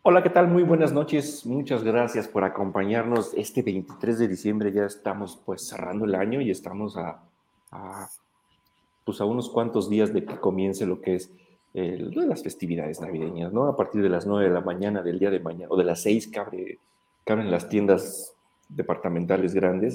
Hola, ¿qué tal? Muy buenas noches. Muchas gracias por acompañarnos. Este 23 de diciembre ya estamos pues cerrando el año y estamos a, pues, a unos cuantos días de que comience lo que es las festividades navideñas, ¿no? A partir de las 9 de la mañana del día de mañana o de las 6 que abren las tiendas departamentales grandes,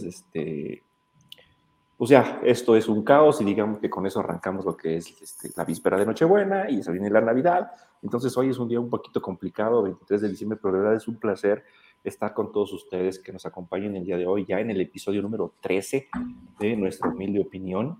pues ya, esto es un caos y digamos que con eso arrancamos lo que es la víspera de Nochebuena y se viene la Navidad. Entonces hoy es un día un poquito complicado, 23 de diciembre, pero de verdad es un placer estar con todos ustedes que nos acompañen el día de hoy, ya en el episodio número 13 de Nuestra Humilde Opinión.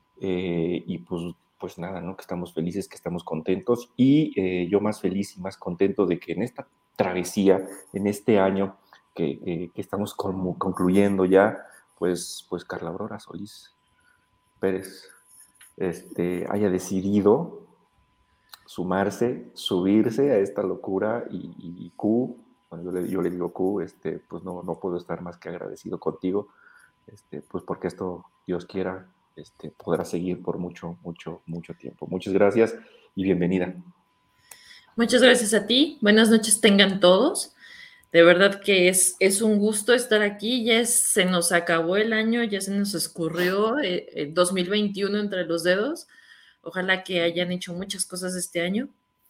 Y pues nada, ¿no? Que estamos felices, que estamos contentos y yo más feliz y más contento de que en esta travesía, en este año que estamos concluyendo ya, pues Carla Aurora Solís Pérez haya decidido sumarse, subirse a esta locura y Q, bueno, yo le digo Q, pues no puedo estar más que agradecido contigo, pues porque esto, Dios quiera, podrá seguir por mucho, mucho, mucho tiempo. Muchas gracias y bienvenida. Muchas gracias a ti. Buenas noches tengan todos. De verdad que es un gusto estar aquí. Se nos acabó el año, ya se nos escurrió 2021 entre los dedos. Ojalá que hayan hecho muchas cosas este año,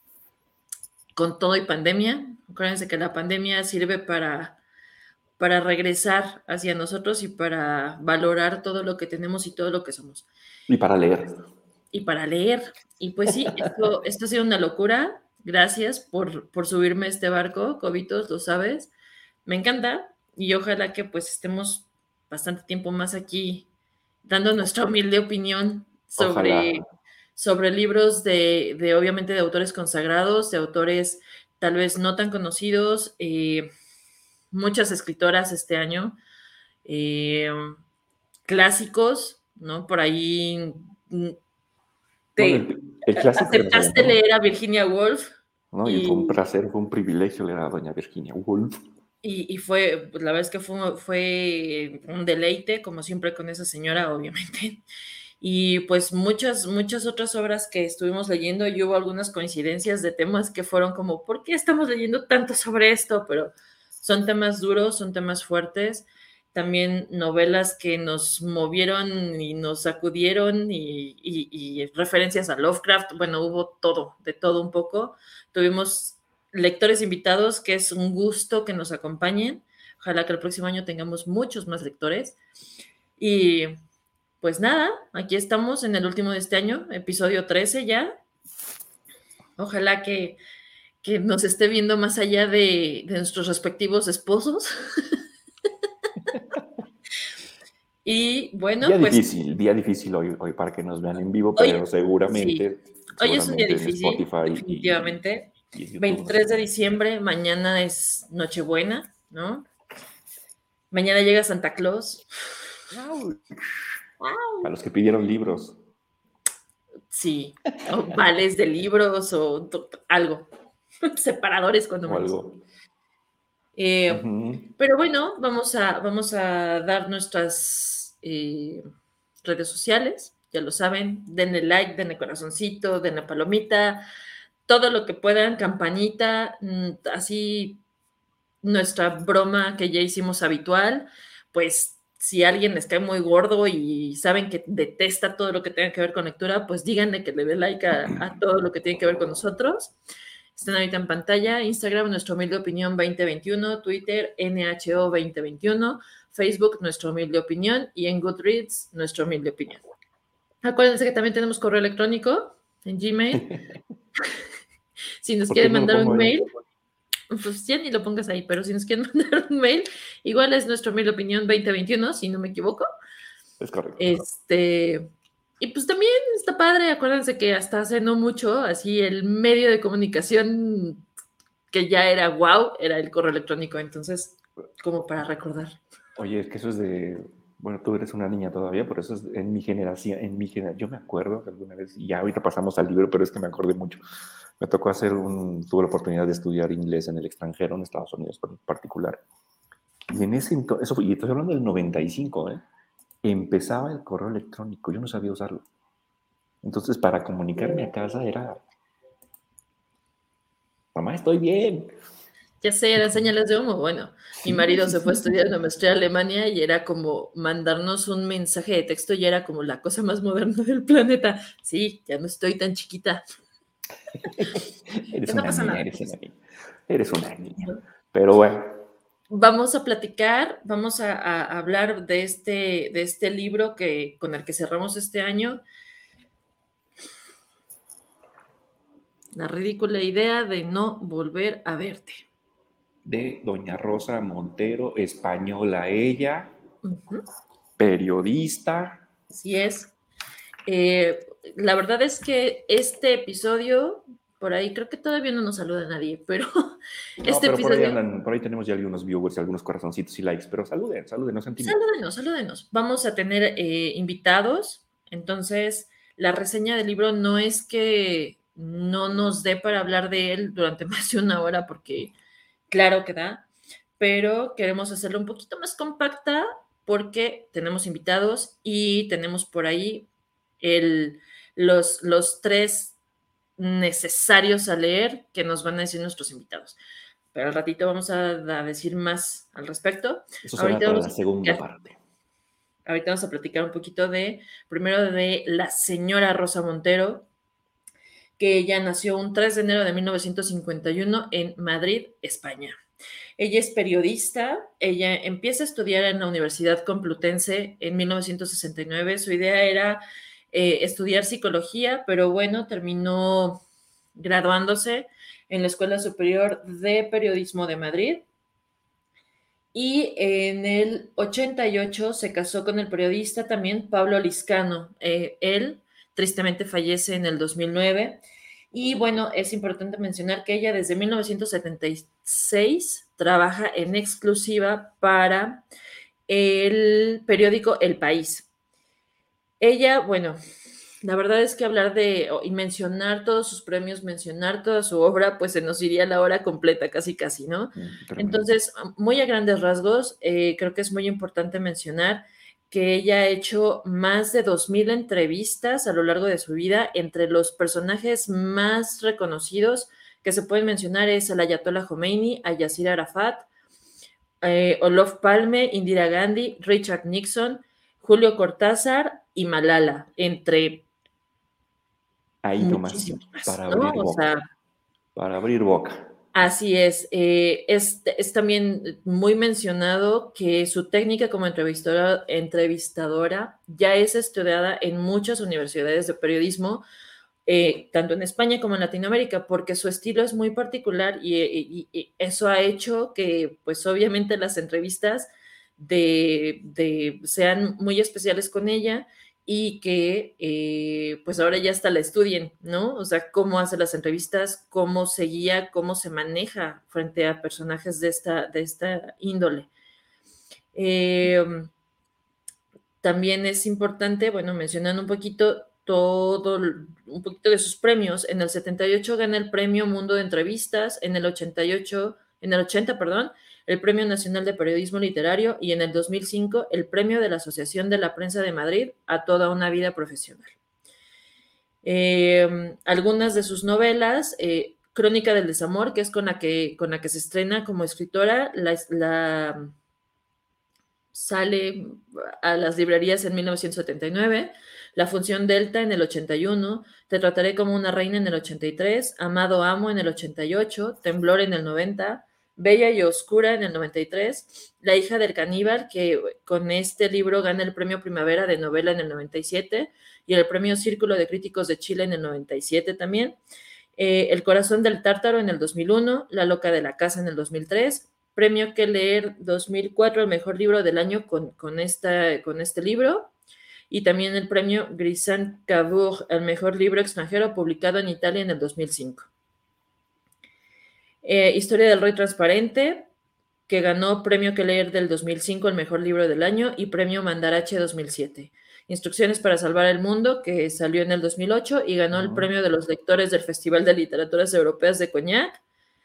con todo y pandemia. Acuérdense que la pandemia sirve para regresar hacia nosotros y para valorar todo lo que tenemos y todo lo que somos. Y para leer. Y para leer. Y pues sí, esto ha sido una locura. Gracias por subirme a este barco, Cobitos, lo sabes. Me encanta y ojalá que pues estemos bastante tiempo más aquí dando nuestra humilde opinión Ojalá. sobre libros obviamente de autores consagrados, de autores tal vez no tan conocidos, muchas escritoras este año, eh, clásicos, ¿no? Por ahí Bueno, te el clásico que nos aceptaste aventamos, leer a Virginia Woolf ¿no? Y fue un y, placer, fue un privilegio leer a doña Virginia Woolf. y fue, pues, la verdad es que fue un deleite, como siempre con esa señora, obviamente. Y pues muchas otras obras que estuvimos leyendo y hubo algunas coincidencias de temas que fueron como, ¿por qué estamos leyendo tanto sobre esto? Pero son temas duros, son temas fuertes, también novelas que nos movieron y nos sacudieron y referencias a Lovecraft, bueno, hubo todo, de todo un poco. Tuvimos lectores invitados, que es un gusto que nos acompañen. Ojalá que el próximo año tengamos muchos más lectores. Y pues nada, aquí estamos en el último de este año, episodio 13 ya. Ojalá que nos esté viendo más allá de nuestros respectivos esposos. Y bueno, pues Día difícil hoy para que nos vean en vivo, hoy, pero sí, seguramente, hoy es un día seguramente en difícil, Spotify definitivamente. y en YouTube nos 23 de están viendo. diciembre, mañana es Nochebuena, ¿no? Mañana llega Santa Claus. A los que pidieron libros Sí, o vales de libros o algo, separadores cuando o menos. algo. Eh, Ujú. pero bueno, vamos a dar nuestras redes sociales, ya lo saben, denle like, denle corazoncito, denle palomita, todo lo que puedan, campanita, así nuestra broma que ya hicimos habitual, pues si a alguien les cae muy gordo y saben que detesta todo lo que tenga que ver con lectura, pues díganle que le dé like a todo lo que tiene que ver con nosotros. Están ahorita en pantalla, Instagram, Nuestra Humilde Opinión 2021, Twitter, NHO 2021, Facebook, Nuestra Humilde Opinión y en Goodreads, Nuestra Humilde Opinión. Acuérdense que también tenemos correo electrónico en Gmail. Si nos ¿Por qué quieren no lo mandar pongo un ahí? mail, pues ya ni lo pongas ahí, pero si nos quieren mandar un mail, igual es Nuestra Humilde Opinión 2021, si no me equivoco. Es correcto. Este, y pues también está padre, acuérdense que hasta hace no mucho, así el medio de comunicación que ya era wow, era el correo electrónico, entonces, como para recordar. Oye, es que eso es de, bueno, tú eres una niña todavía, pero eso es en mi generación, yo me acuerdo que alguna vez, y ya ahorita pasamos al libro, pero es que me acordé mucho. Me tocó tuve la oportunidad de estudiar inglés en el extranjero, en Estados Unidos en particular. Y en ese entonces, y estoy hablando del 95, ¿eh? Empezaba el correo electrónico, yo no sabía usarlo. Entonces, para comunicarme a casa era, mamá, estoy bien. Ya sé, eran señales de humo. Bueno, mi Sí, marido sí, se fue a sí, sí, estudiar sí. una maestría a Alemania y era como mandarnos un mensaje de texto y era como la cosa más moderna del planeta. Sí, ya no estoy tan chiquita. Eres No una pasa niña, nada. eres una niña. Eres una niña. Pero bueno, Vamos a platicar, vamos a hablar de este libro con el que cerramos este año, La ridícula idea de no volver a verte. de doña Rosa Montero, española ella, Ujú, periodista. así es. Eh, la verdad es que este episodio, por ahí creo que todavía no nos saluda nadie, pero No, este pero por ahí episodio, andan, por ahí tenemos ya algunos viewers, algunos corazoncitos y likes, pero saluden, saluden, no sean tímidos. salúdenos, salúdenos. Vamos a tener invitados, entonces la reseña del libro no es que no nos dé para hablar de él durante más de una hora, porque claro que da, pero queremos hacerlo un poquito más compacta porque tenemos invitados y tenemos por ahí el, los tres necesarios a leer que nos van a decir nuestros invitados. Pero al ratito vamos a decir más al respecto. Eso será Ahorita para vamos la a segunda platicar, parte. ahorita vamos a platicar un poquito primero de la señora Rosa Montero, que ella nació un 3 de enero de 1951 en Madrid, España. Ella es periodista, ella empieza a estudiar en la Universidad Complutense en 1969. Su idea era estudiar psicología, pero bueno, terminó graduándose en la Escuela Superior de Periodismo de Madrid y en el 88 se casó con el periodista también Pablo Liscano. Él tristemente fallece en el 2009. Y bueno, es importante mencionar que ella desde 1976 trabaja en exclusiva para el periódico El País. Ella, bueno, la verdad es que hablar y mencionar todos sus premios, mencionar toda su obra, pues se nos iría la hora completa, casi, casi, ¿no? Tremendo. Entonces, muy a grandes rasgos, creo que es muy importante mencionar que ella ha hecho más de 2000 entrevistas a lo largo de su vida. Entre los personajes más reconocidos que se pueden mencionar es al Ayatollah Khomeini, a Yasser Arafat, Olof Palme, Indira Gandhi, Richard Nixon, Julio Cortázar y Malala, entre Ahí nomás, muchísimos más, para ¿no? abrir O boca, sea, para abrir boca. así es también muy mencionado que su técnica como entrevistadora ya es estudiada en muchas universidades de periodismo, tanto en España como en Latinoamérica, porque su estilo es muy particular y eso ha hecho que, pues obviamente, las entrevistas sean muy especiales con ella y que, pues ahora ya hasta la estudien, ¿no? O sea, cómo hace las entrevistas, cómo se guía, cómo se maneja frente a personajes de esta índole. Eh, También es importante, bueno, mencionando un poquito de sus premios. En el 78 gana el Premio Mundo de Entrevistas, en el 80, perdón, el Premio Nacional de Periodismo Literario y en el 2005 el Premio de la Asociación de la Prensa de Madrid a toda una vida profesional. Algunas de sus novelas, Crónica del Desamor, que es con la que se estrena como escritora, sale a las librerías en 1979, La Función Delta en el 81, Te trataré como una reina en el 83, Amado Amo en el 88, Temblor en el 90, Bella y Oscura en el 93, La hija del caníbal, que con este libro gana el Premio Primavera de Novela en el 97 y el Premio Círculo de Críticos de Chile en el 97 también. El corazón del tártaro en el 2001, La loca de la casa en el 2003, premio que leer 2004, el mejor libro del año con este libro, y también el premio Grisant Cavour, el mejor libro extranjero publicado en Italia en el 2005. Historia del Rey Transparente, que ganó premio que leer del 2005, el mejor libro del año, y premio Mandarache 2007. Instrucciones para salvar el mundo, que salió en el 2008 y ganó el premio de los lectores del Festival de Literaturas Europeas de Coñac.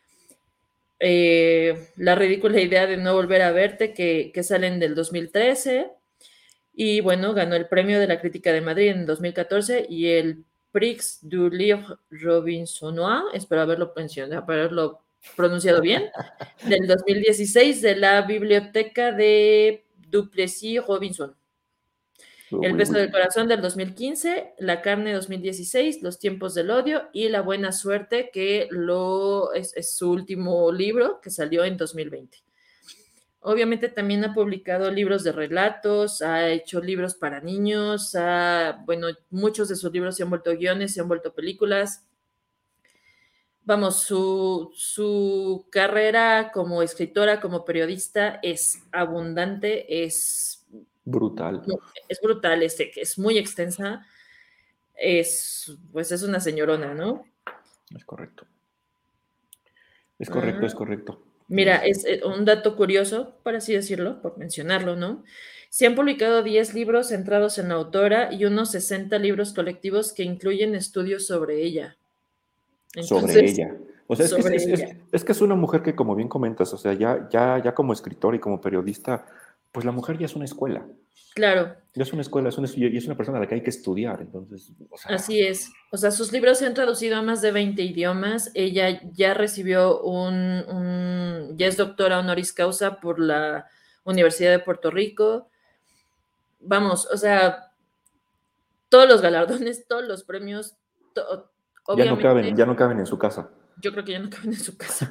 La ridícula idea de no volver a verte, que salen del 2013. Y bueno, ganó el premio de la crítica de Madrid en 2014 y el Prix du Livre Robinsonois, espero haberlo pronunciado bien, del 2016 de la biblioteca de Duplessis Robinson. El Uy, beso uy. del corazón del 2015, La carne 2016, Los tiempos del odio y La buena suerte, que es su último libro que salió en 2020. Obviamente también ha publicado libros de relatos, ha hecho libros para niños, bueno, muchos de sus libros se han vuelto guiones, se han vuelto películas. Vamos, su carrera como escritora, como periodista es abundante, Brutal. es brutal, es muy extensa, pues es una señorona, ¿no? Es correcto. Es correcto, es Ah, correcto. mira, es un dato curioso, por así decirlo, por mencionarlo, ¿no? Se han publicado 10 libros centrados en la autora y unos 60 libros colectivos que incluyen estudios sobre ella. Sobre Entonces, ella. O sea, sobre ella. es que es una mujer que, como bien comentas, o sea, ya como escritora y como periodista, pues la mujer ya es una escuela. Claro, Ya es una escuela, y es una persona a la que hay que estudiar. Entonces, o sea, así es. O sea, sus libros se han traducido a más de 20 idiomas. Ella ya recibió ya es doctora honoris causa por la Universidad de Puerto Rico. Vamos, o sea, todos los galardones, todos los premios, obviamente, ya no caben en su casa. yo creo que ya no caben en su casa.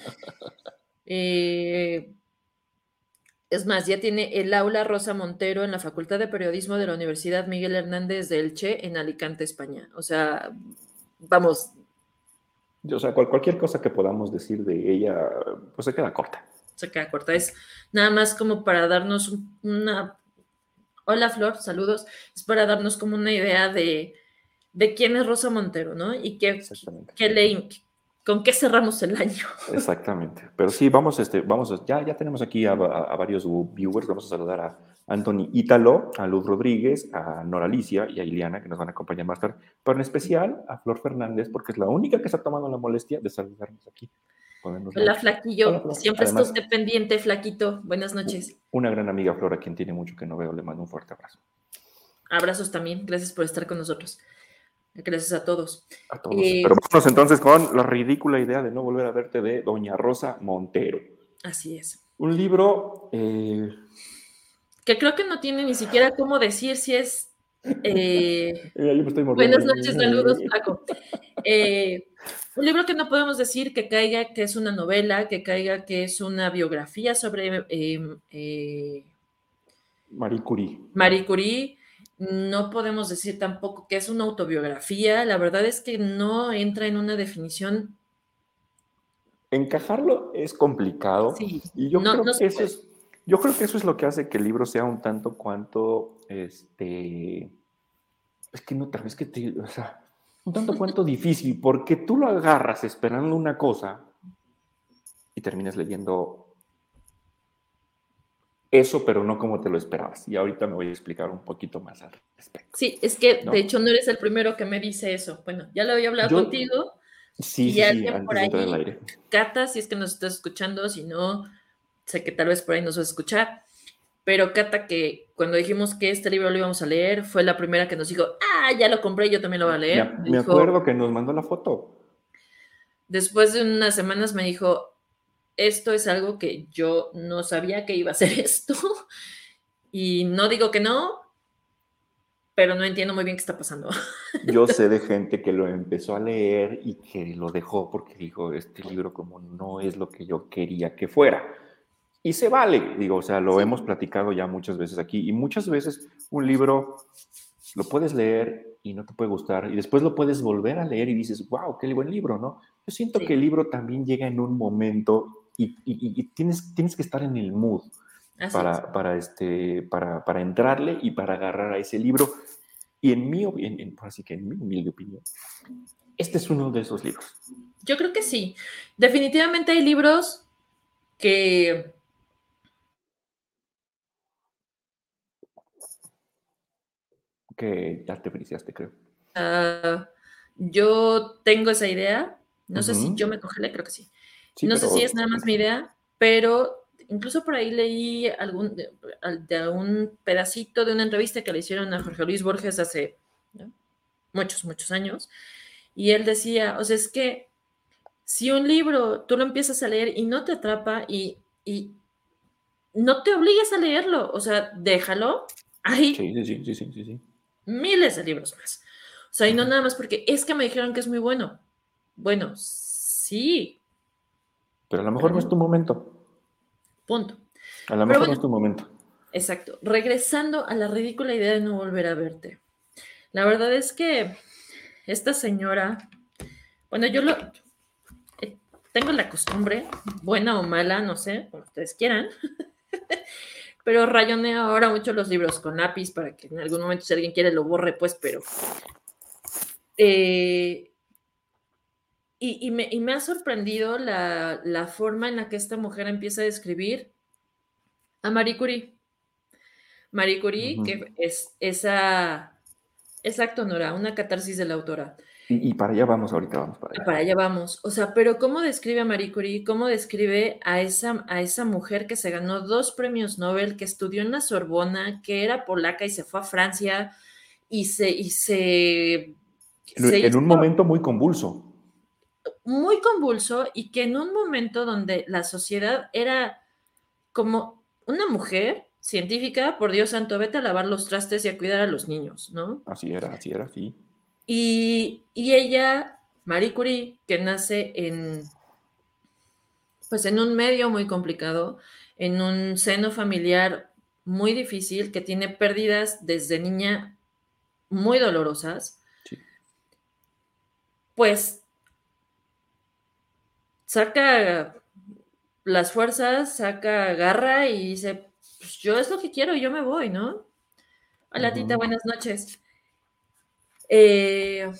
Eh, es más, ya tiene el aula Rosa Montero en la Facultad de Periodismo de la Universidad Miguel Hernández de Elche en Alicante, España. O sea, vamos, O sea, cualquier cosa que podamos decir de ella, pues se queda corta. se queda corta. Es nada más como para darnos una... Hola Flor, saludos. Es para darnos como una idea de quién es Rosa Montero, ¿no? Y Exactamente. con qué cerramos el año. Exactamente. Pero sí, ya tenemos aquí a varios viewers. Vamos a saludar a Anthony Ítalo, a Luz Rodríguez, a Nora Alicia y a Iliana, que nos van a acompañar más tarde. Pero en especial a Flor Fernández, porque es la única que se ha tomado la molestia de saludarnos aquí. Ponernos Hola like. Hola, Flaquillo, Flor. siempre está Además, usted pendiente, Flaquito. Buenas noches. una gran amiga, Flor, a quien tiene mucho que no veo, le mando un fuerte abrazo. Abrazos también, gracias por estar con nosotros. Gracias a todos. A todos. Pero vámonos entonces con la ridícula idea de no volver a verte de Doña Rosa Montero. Así es. Un libro Que creo que no tiene ni siquiera cómo decir si es... yo me estoy mordiendo. buenas noches, saludos, Paco. Un libro que no podemos decir que caiga que es una novela, que caiga que es una biografía sobre Marie Curie. Marie Curie. No podemos decir tampoco que es una autobiografía. La verdad es que no entra en una definición. Encajarlo es complicado Sí, y no se puede. yo creo que eso es lo que hace que el libro sea un tanto cuanto, es que no, tal vez que o sea, un tanto cuanto difícil, porque tú lo agarras esperando una cosa y terminas leyendo eso, pero no como te lo esperabas. Y ahorita me voy a explicar un poquito más al respecto. Sí, es que de ¿No? hecho no eres el primero que me dice eso. Bueno, ya lo había hablado Yo, contigo sí, y sí, sí, alguien por antes de entrar al ahí, aire. Cata, si es que nos estás escuchando, si no, sé que tal vez por ahí nos vas a escuchar, pero Cata, que cuando dijimos que este libro lo íbamos a leer, fue la primera que nos dijo, ya lo compré, yo también lo voy a leer. Me Me dijo, acuerdo que nos mandó la foto. después de unas semanas me dijo, esto es algo que yo no sabía que iba a ser esto, y no digo que no, pero no entiendo muy bien qué está pasando. Yo sé de gente que lo empezó a leer y que lo dejó porque dijo, este libro como no es lo que yo quería que fuera. Y se vale, digo, o sea, lo Sí, hemos platicado ya muchas veces aquí y muchas veces un libro lo puedes leer y no te puede gustar y después lo puedes volver a leer y dices, wow, qué buen libro, ¿no? Yo siento que sí, el libro también llega en un momento y tienes que estar en el mood así es. para entrarle y para agarrar a ese libro. Y así que en mi humilde opinión, este es uno de esos libros. Yo creo que sí. Definitivamente hay libros que Que ya te feliciaste, creo. yo tengo esa idea. No sé si yo Uh-huh. me congelé, creo que sí. Sí, No sé si es pero nada más mi idea, pero incluso por ahí leí de un pedacito de una entrevista que le hicieron a Jorge Luis Borges hace, ¿no?, muchos, muchos años. Y él decía, o sea, es que Si un libro tú lo empiezas a leer y no te atrapa y no te obligues a leerlo, o sea, déjalo. Hay Sí, sí, sí, sí, sí, sí, sí. miles de libros más. O sea, y no Ujú. nada más porque es que me dijeron que es muy bueno. Bueno, sí, Pero a lo pero mejor no es no, tu momento. punto. A lo Pero mejor no bueno, es tu momento. exacto. Regresando a la ridícula idea de no volver a verte. La verdad es que esta señora, bueno, eh, tengo la costumbre, buena o mala, no sé, como ustedes quieran, pero rayoneo ahora mucho los libros con lápiz para que en algún momento si alguien quiere lo borre, pues, pero... eh, me ha sorprendido la forma en la que esta mujer empieza a describir a Marie Curie. Marie Curie, Ujú. que es esa, exacto, Nora, una catarsis de la autora. Y para allá vamos, ahorita vamos para allá. Para allá vamos. O sea, pero ¿cómo describe a Marie Curie? ¿Cómo describe a esa mujer que se ganó 2 premios Nobel, que estudió en la Sorbona, que era polaca y se fue a Francia se En un hizo momento muy convulso. muy convulso y que en un momento donde la sociedad era como una mujer científica, por Dios santo, vete a lavar los trastes y a cuidar a los niños, ¿no? Así era, sí. Y ella, Marie Curie, que nace pues en un medio muy complicado, en un seno familiar muy difícil, que tiene pérdidas desde niña muy dolorosas, Sí. pues saca las fuerzas, saca garra y dice, pues yo es lo que quiero, yo me voy, ¿no? Hola, Tita, Ujú, buenas noches. Eh,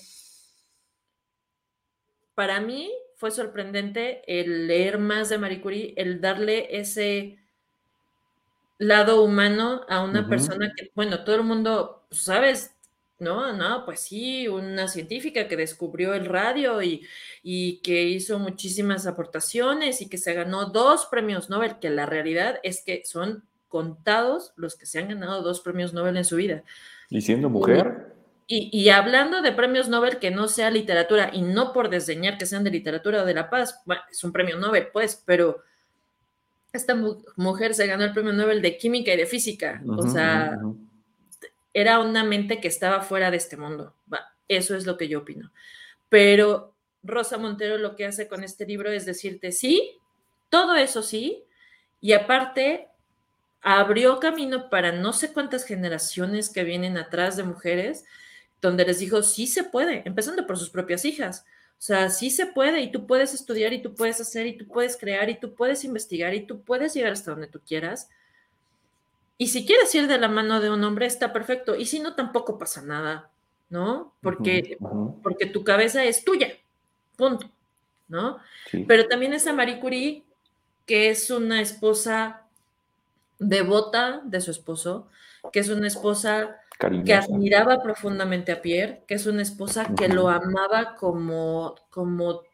para mí fue sorprendente el leer más de Marie Curie, el darle ese lado humano a una ujú. persona que, bueno, todo el mundo, pues, ¿sabes? No, no, pues sí, una científica que descubrió el radio y que hizo muchísimas aportaciones y que se ganó 2 premios Nobel, que la realidad es que son contados los que se han ganado 2 premios Nobel en su vida. Y siendo Y, mujer, y hablando de premios Nobel que no sea literatura, y no por desdeñar que sean de literatura o de la paz, bueno, es un premio Nobel, pues, pero esta mujer se ganó el premio Nobel de Química y de Física. O ujú, ujú, sea, ujú. era una mente que estaba fuera de este mundo. Eso es lo que yo opino. Pero Rosa Montero lo que hace con este libro es decirte, sí, todo eso sí, y aparte abrió camino para no sé cuántas generaciones que vienen atrás de mujeres, donde les dijo, sí se puede, empezando por sus propias hijas. O sea, sí se puede y tú puedes estudiar y tú puedes hacer y tú puedes crear y tú puedes investigar y tú puedes llegar hasta donde tú quieras. Y si quieres ir de la mano de un hombre, está perfecto. Y si no, tampoco pasa nada, ¿no? Ujú, ujú. Porque tu cabeza es tuya, punto, ¿no? Sí, Pero también esa Marie Curie, que es una esposa devota de su esposo, que es una esposa que cariñosa. admiraba profundamente a Pierre, que es una esposa que lo Ujú. amaba como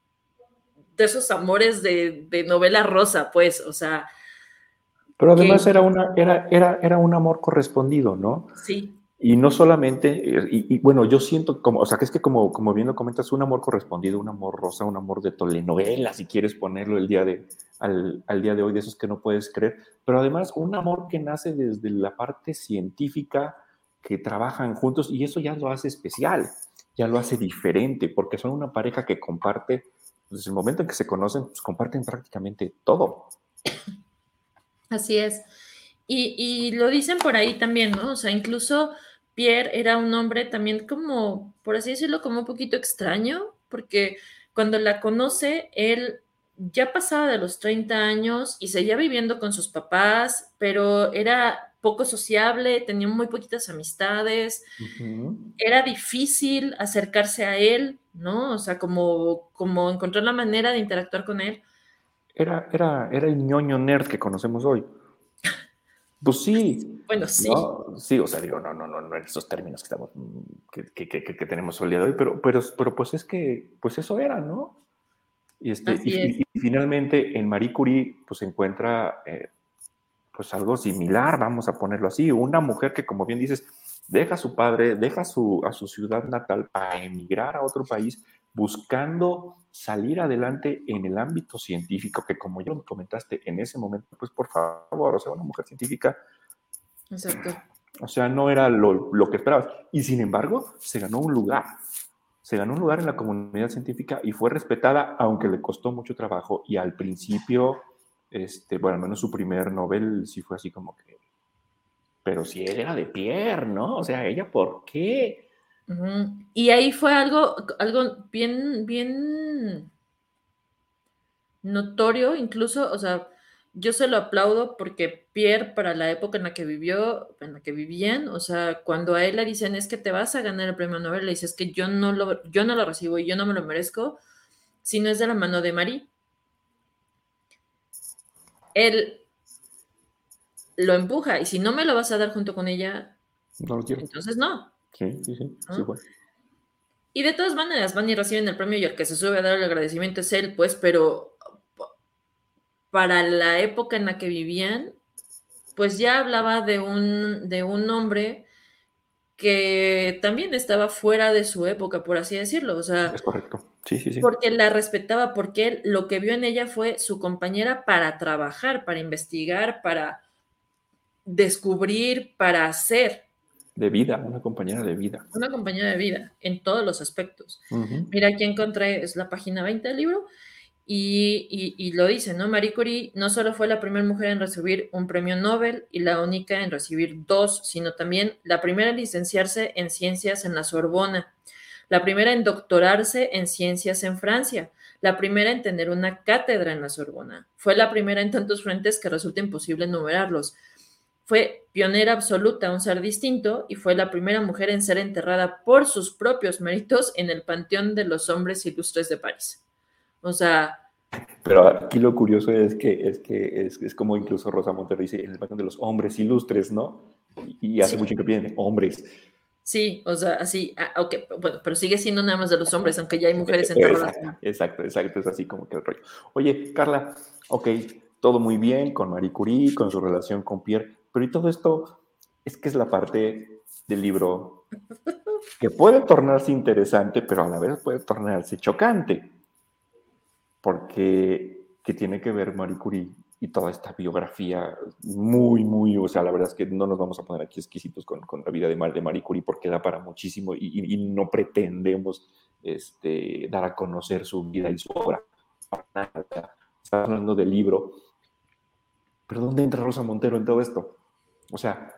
de esos amores de novela rosa, pues, o sea, Pero que además era un amor correspondido, ¿no? sí, Y no solamente, bueno, yo siento como, o sea, que es que como bien lo comentas, un amor correspondido, un amor rosa, un amor de telenovela, si quieres ponerlo al día de hoy, de esos que no puedes creer, pero además un amor que nace desde la parte científica, que trabajan juntos, y eso ya lo hace especial, ya lo hace diferente, porque son una pareja que comparte, desde el momento en que se conocen, pues comparten prácticamente todo. así es. Y lo dicen por ahí también, ¿no? O sea, incluso Pierre era un hombre también como, por así decirlo, como un poquito extraño, porque cuando la conoce, él ya pasaba de los 30 años y seguía viviendo con sus papás, pero era poco sociable, tenía muy poquitas amistades, Ujú. era difícil acercarse a él, ¿no? O sea, como encontrar la manera de interactuar con él. Era el ñoño nerd que conocemos hoy. Pues sí, Bueno, sí, ¿no? Sí, o sea, digo, no en esos términos que estamos, que tenemos el día de hoy, pero pues es que, pues eso era, ¿no? así es. Y finalmente en Marie Curie, pues se encuentra, pues algo similar, vamos a ponerlo así, una mujer que, como bien dices, deja a su padre, deja a su ciudad natal para emigrar a otro país, buscando salir adelante en el ámbito científico, que como ya me comentaste en ese momento, pues por favor, o sea, una mujer científica, Exacto. o sea, no era lo que esperabas. Y sin embargo, se ganó un lugar en la comunidad científica y fue respetada, aunque le costó mucho trabajo. Y al principio, bueno, al menos su primer Nobel sí fue así como que, pero si él era de Pierre, ¿no? O sea, ella, ¿por qué? Y ahí fue algo bien, bien notorio, incluso, o sea, yo se lo aplaudo porque Pierre, para la época en la que vivió, en la que vivían, o sea, cuando a él le dicen es que te vas a ganar el premio Nobel, le dices que yo no lo recibo y yo no me lo merezco, si no es de la mano de Marie. Él lo empuja y si no me lo vas a dar junto con ella, No lo quiero. entonces no. Sí, sí, sí, sí, ¿No? fue. Y de todas maneras van y reciben el premio y el que se sube a dar el agradecimiento es él, pues, pero para la época en la que vivían, pues ya hablaba de un hombre que también estaba fuera de su época, por así decirlo, o sea, Es correcto. Sí, sí, sí. porque la respetaba, porque él lo que vio en ella fue su compañera para trabajar, para investigar, para descubrir, para hacer. De vida, una compañera de vida. Una compañera de vida en todos los aspectos. Uh-huh. Mira, aquí encontré, es la página 20 del libro, y lo dice, ¿no? Marie Curie no solo fue la primera mujer en recibir un premio Nobel y la única en recibir dos, sino también la primera en licenciarse en ciencias en la Sorbona, la primera en doctorarse en ciencias en Francia, la primera en tener una cátedra en la Sorbona. Fue la primera en tantos frentes que resulta imposible enumerarlos. Fue pionera absoluta, un ser distinto, y fue la primera mujer en ser enterrada por sus propios méritos en el Panteón de los Hombres Ilustres de París. O sea... Pero aquí lo curioso es como incluso Rosa Montero dice en el Panteón de los Hombres Ilustres, ¿no? Y hace Sí, mucho hincapié en hombres. sí, o sea, así, okay, bueno, pero sigue siendo nada más de los hombres, aunque ya hay mujeres enterradas. Exacto, es así como que el rollo. Oye, Carla, ok, todo muy bien con Marie Curie, con su relación con Pierre, pero y todo esto es que es la parte del libro que puede tornarse interesante, pero a la vez puede tornarse chocante, porque que tiene que ver Marie Curie y toda esta biografía muy, muy, o sea, la verdad es que no nos vamos a poner aquí exquisitos con la vida de Marie Curie porque da para muchísimo y no pretendemos dar a conocer su vida y su obra. Estás hablando del libro, pero ¿dónde entra Rosa Montero en todo esto? O sea,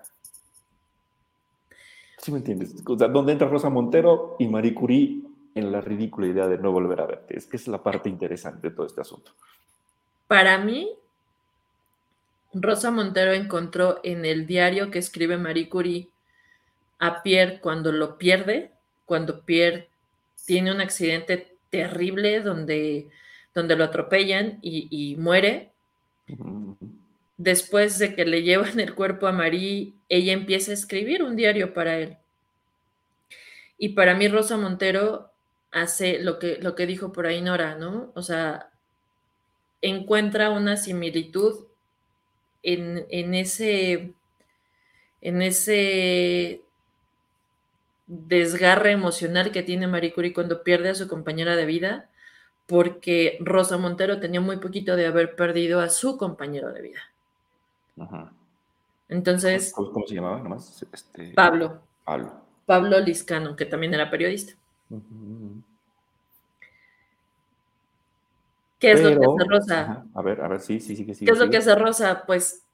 ¿sí me entiendes? O sea, ¿dónde entra Rosa Montero y Marie Curie en la ridícula idea de no volver a verte? Es que es la parte interesante de todo este asunto. Para mí, Rosa Montero encontró en el diario que escribe Marie Curie a Pierre cuando lo pierde, cuando Pierre tiene un accidente terrible donde lo atropellan y muere. Después de que le llevan el cuerpo a Marie, ella empieza a escribir un diario para él. Y para mí Rosa Montero hace lo que dijo por ahí Nora, ¿no? O sea, encuentra una similitud en ese desgarre emocional que tiene Marie Curie cuando pierde a su compañera de vida, porque Rosa Montero tenía muy poquito de haber perdido a su compañero de vida. Ajá. Entonces, ¿Cómo se llamaba nomás? Pablo. Pablo. Pablo Liscano, que también era periodista. ¿Qué es lo que hace Pero, Rosa? ajá, a ver, sí, sigue, ¿Qué sigue, es lo que sigue. hace Rosa? Pues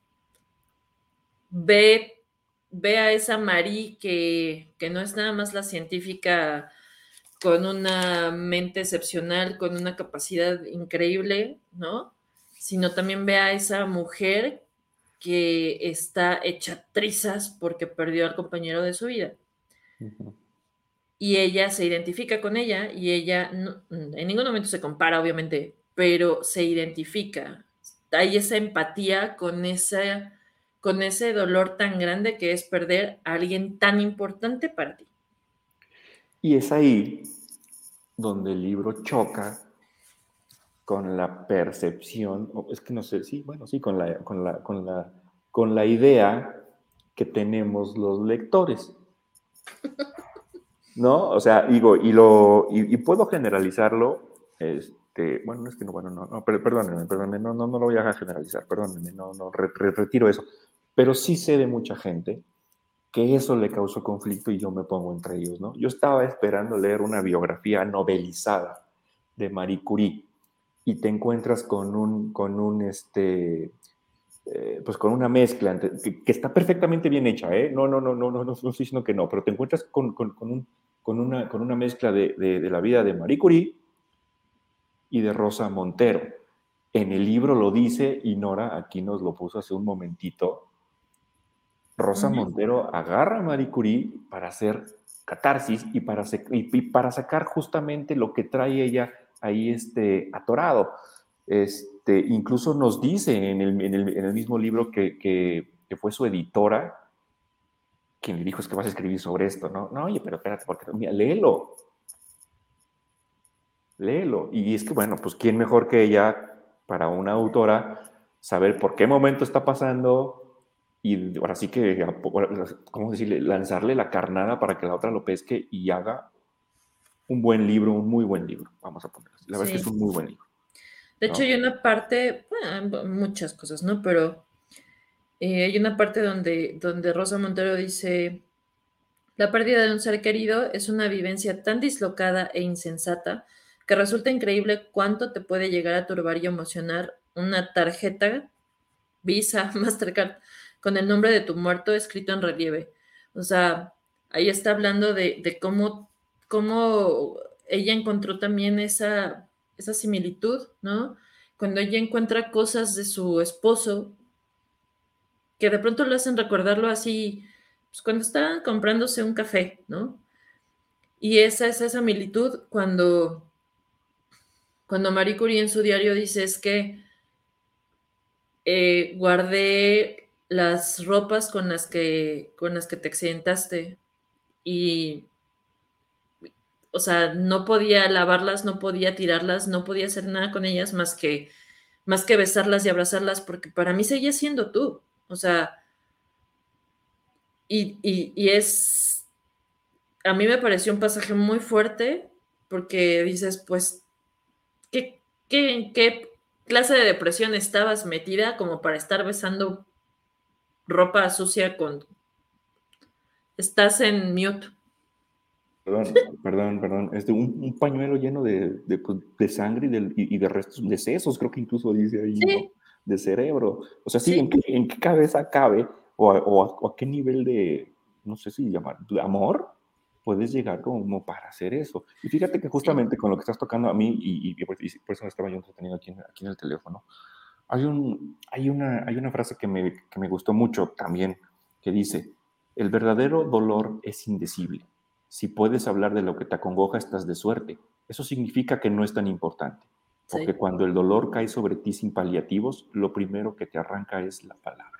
ve, ve a esa Marie que no es nada más la científica con una mente excepcional, con una capacidad increíble, ¿no? Sino también ve a esa mujer que está hecha trizas porque perdió al compañero de su vida. Uh-huh. Y ella se identifica con ella y ella no, en ningún momento se compara, obviamente, pero se identifica. Hay esa empatía con ese dolor tan grande que es perder a alguien tan importante para ti. Y es ahí donde el libro choca con la percepción, o es que no sé, sí, bueno, sí, con la idea que tenemos los lectores. ¿no? O sea, digo, y puedo generalizarlo, bueno, es que no, bueno, no, perdónenme, no lo voy a generalizar, perdónenme, retiro eso, pero sí sé de mucha gente que eso le causó conflicto y yo me pongo entre ellos, ¿no? Yo estaba esperando leer una biografía novelizada de Marie Curie y te encuentras pues con una mezcla que está perfectamente bien hecha, ¿eh? No estoy diciendo que no, pero te encuentras con una mezcla de la vida de Marie Curie y de Rosa Montero. En el libro lo dice y Nora aquí nos lo puso hace un momentito. Rosa Montero agarra a Marie Curie para hacer catarsis y para sacar justamente lo que trae ella ahí atorado. Incluso nos dice en el mismo libro que fue su editora quien le dijo es que vas a escribir sobre esto, ¿no? No, oye, pero espérate, porque mira, léelo, léelo. Y es que, bueno, pues quién mejor que ella para una autora saber por qué momento está pasando y ahora sí que, ¿cómo decirle? Lanzarle la carnada para que la otra lo pesque y haga un buen libro, un muy buen libro, vamos a ponerlo así. La verdad es que es Sí. un muy buen libro, De hecho, ¿no? hay una parte, bueno, muchas cosas, ¿no? Pero hay una parte donde Rosa Montero dice, la pérdida de un ser querido es una vivencia tan dislocada e insensata que resulta increíble cuánto te puede llegar a turbar y emocionar una tarjeta Visa, Mastercard, con el nombre de tu muerto escrito en relieve. O sea, ahí está hablando de cómo ella encontró también esa similitud, ¿no? Cuando ella encuentra cosas de su esposo que de pronto lo hacen recordarlo así, pues cuando estaban comprándose un café, ¿no? Y esa es esa similitud cuando Marie Curie en su diario dice es que guardé las ropas con las que te accidentaste y, o sea, no podía lavarlas, no podía tirarlas, no podía hacer nada con ellas más que besarlas y abrazarlas porque para mí seguía siendo tú. O sea, a mí me pareció un pasaje muy fuerte porque dices, pues, ¿qué, en qué clase de depresión estabas metida como para estar besando ropa sucia con... Estás en mute. Perdón. Un pañuelo lleno de sangre y de restos de sesos, creo que incluso dice ahí, ¿no? Sí, De cerebro. O sea, sí, sí, ¿en qué cabeza cabe o a qué nivel no sé si llamar, de amor puedes llegar como para hacer eso? Y fíjate que sí. justamente con lo que estás tocando a mí, y por eso me estaba yo entretenido aquí en el teléfono, hay una frase que me gustó mucho también, que dice, el verdadero dolor es indecible. Si puedes hablar de lo que te acongoja, estás de suerte. Eso significa que no es tan importante, porque Sí, cuando el dolor cae sobre ti sin paliativos, lo primero que te arranca es la palabra.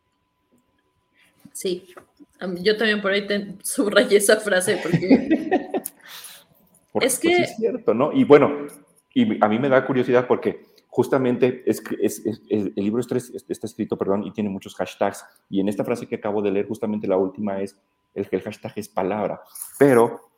sí. Yo también por ahí subrayé esa frase porque Porque es pues sí es que, cierto, ¿no? Y bueno, y a mí me da curiosidad porque justamente el libro está escrito, perdón, y tiene muchos hashtags. Y en esta frase que acabo de leer, justamente la última es el hashtag es palabra. Pero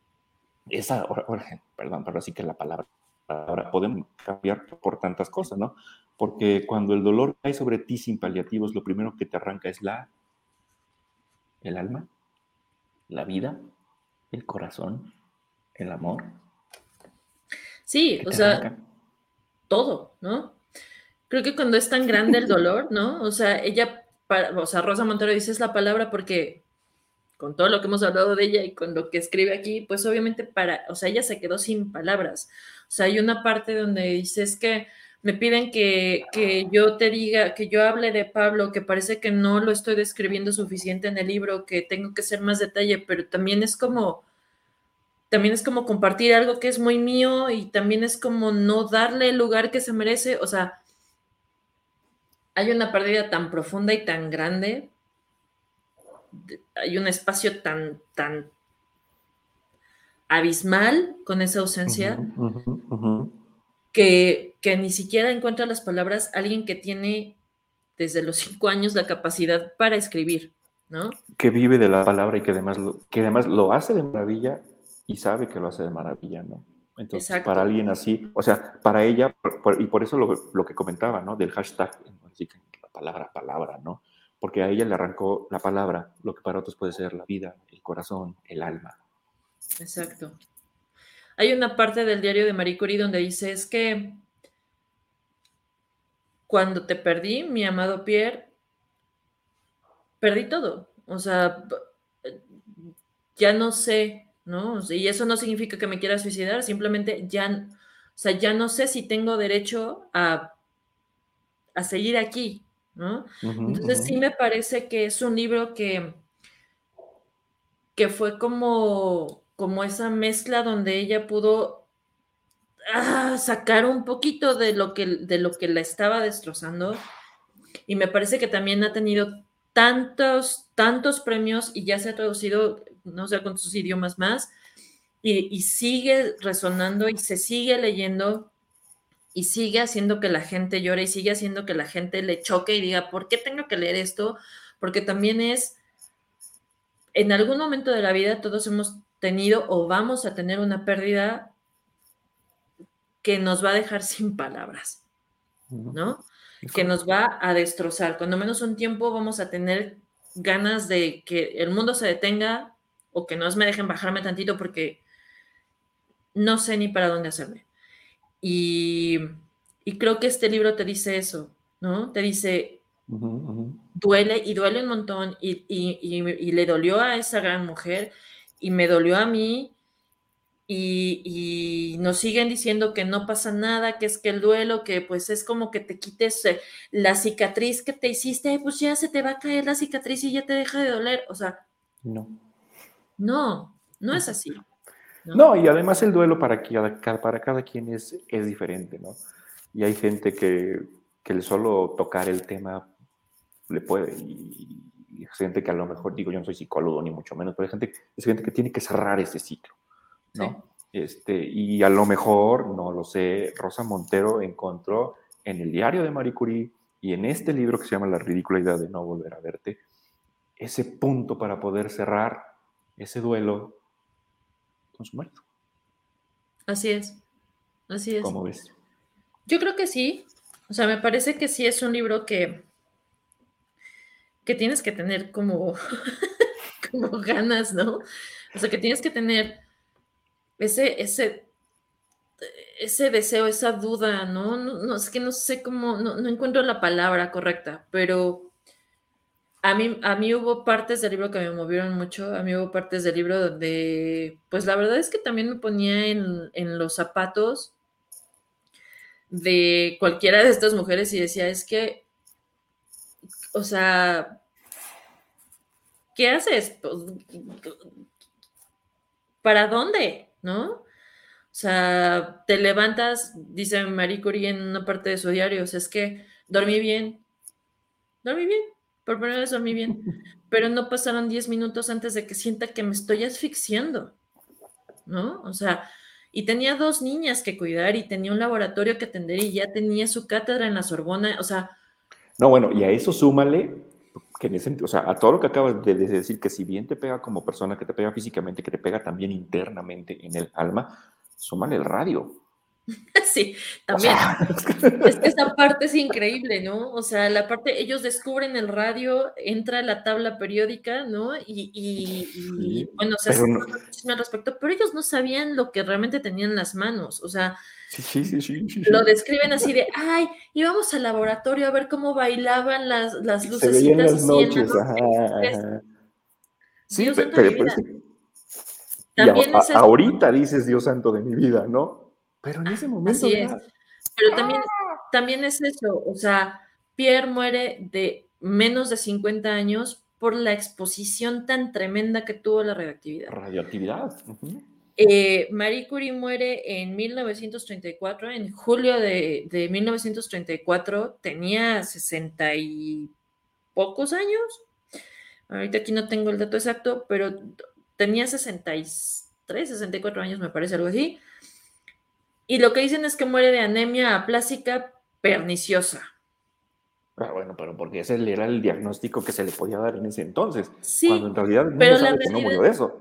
perdón, pero sí que la palabra podemos cambiar por tantas cosas, ¿no? Porque cuando el dolor cae sobre ti sin paliativos, lo primero que te arranca es el alma, la vida, el corazón, el amor. sí, ¿Qué o te sea, arranca? todo, ¿no? Creo que cuando es tan grande el dolor, ¿no? O sea, o sea, Rosa Montero dice es la palabra porque con todo lo que hemos hablado de ella y con lo que escribe aquí, pues obviamente o sea, ella se quedó sin palabras. O sea, hay una parte donde dice es que me piden que yo te diga, que yo hable de Pablo, que parece que no lo estoy describiendo suficiente en el libro, que tengo que ser más detalle, pero también es como compartir algo que es muy mío y también es como no darle el lugar que se merece. O sea, hay una pérdida tan profunda y tan grande, hay un espacio tan abismal con esa ausencia Ujú, ujú, ujú. que ni siquiera encuentra las palabras alguien que tiene desde los 5 años la capacidad para escribir. ¿no? Que vive de la palabra y que además lo hace de maravilla y sabe que lo hace de maravilla, ¿no? Entonces, para Exacto, alguien así, o sea, para ella, y por eso lo que comentaba, ¿no? Del hashtag, así que la palabra, ¿no? Porque a ella le arrancó la palabra, lo que para otros puede ser la vida, el corazón, el alma. exacto. Hay una parte del diario de Marie Curie donde dice, es que cuando te perdí, mi amado Pierre, perdí todo. O sea, ya no sé, ¿no? Y eso no significa que me quiera suicidar, simplemente ya, o sea, ya no sé si tengo derecho a seguir aquí, ¿no? Ujú, Entonces ujú. sí me parece que es un libro que fue como esa mezcla donde ella pudo sacar un poquito de lo que la estaba destrozando. Y me parece que también ha tenido tantos premios y ya se ha traducido no sé cuántos idiomas más y sigue resonando y se sigue leyendo y sigue haciendo que la gente llore y sigue haciendo que la gente le choque y diga, ¿por qué tengo que leer esto? Porque también en algún momento de la vida todos hemos tenido o vamos a tener una pérdida que nos va a dejar sin palabras, Ujú. ¿no? Es Que correcto. nos va a destrozar. Cuando menos un tiempo vamos a tener ganas de que el mundo se detenga o que no me dejen bajarme tantito porque no sé ni para dónde hacerme. Y, y creo que este libro te dice eso, ¿no? Te dice, Ujú, ujú. duele y duele un montón y le dolió a esa gran mujer y me dolió a mí y nos siguen diciendo que no pasa nada, que es que el duelo, que pues es como que te quites la cicatriz que te hiciste, pues ya se te va a caer la cicatriz y ya te deja de doler. O sea, No. no, no es así, ¿no? No, y además el duelo para cada quien es diferente, ¿no? Y hay gente que el solo tocar el tema le puede, y hay gente que a lo mejor, digo, yo no soy psicólogo ni mucho menos, pero es gente que tiene que cerrar ese ciclo, Sí, ¿no? Y a lo mejor, no lo sé, Rosa Montero encontró en el diario de Marie Curie y en este libro que se llama La ridícula idea de no volver a verte, ese punto para poder cerrar ese duelo con su marido. así es, así es. ¿Cómo ves? Yo creo que sí, o sea, me parece que sí es un libro que tienes que tener como, como ganas, ¿no? O sea, que tienes que tener ese, ese, ese deseo, esa duda, ¿no? No, no, es que no sé cómo, no encuentro la palabra correcta, pero a mí hubo partes del libro que me movieron mucho, a mí hubo partes del libro donde, pues la verdad es que también me ponía en los zapatos de cualquiera de estas mujeres y decía, es que, o sea, ¿qué haces? Pues, ¿para dónde? ¿No? O sea, te levantas, dice Marie Curie en una parte de su diario, o sea, es que dormí bien, por primera vez dormí bien, pero no pasaron 10 minutos antes de que sienta que me estoy asfixiando, ¿no? O sea, y tenía dos niñas que cuidar y tenía un laboratorio que atender y ya tenía su cátedra en la Sorbona, o sea, No, bueno, y a eso súmale, que en ese, o sea, a todo lo que acabas de decir, que si bien te pega como persona, que te pega físicamente, que te pega también internamente en el alma, súmale el radio. sí, O también. sea, Es que esa parte es increíble, ¿no? O sea, la parte, ellos descubren el radio, entra la tabla periódica, ¿no? sí, Bueno, se pero hace no, muchísimo al respecto, pero ellos no sabían lo que realmente tenían en las manos. O sea, sí, sí, sí, sí, sí, lo sí. describen así de, ay, íbamos al laboratorio a ver cómo bailaban las Se veían lucecitas las así en la noches, noche. ajá, ajá. Sí, Dios santo de mi pero vida. es que, y También es eso, ahorita dices Dios santo de mi vida, ¿no? Pero en ese momento así es. era, Pero también es eso, o sea, Pierre muere de menos de 50 años por la exposición tan tremenda que tuvo la radioactividad. radioactividad. Ujú. Marie Curie muere en 1934, en julio de 1934, tenía 60 y pocos años. Ahorita aquí no tengo el dato exacto, pero tenía 63, 64 años, me parece, algo así. Y lo que dicen es que muere de anemia aplásica perniciosa. Ah, bueno, pero porque ese era el diagnóstico que se le podía dar en ese entonces, cuando en Sí, realidad el mundo pero la sabe que no realidad, murió de eso,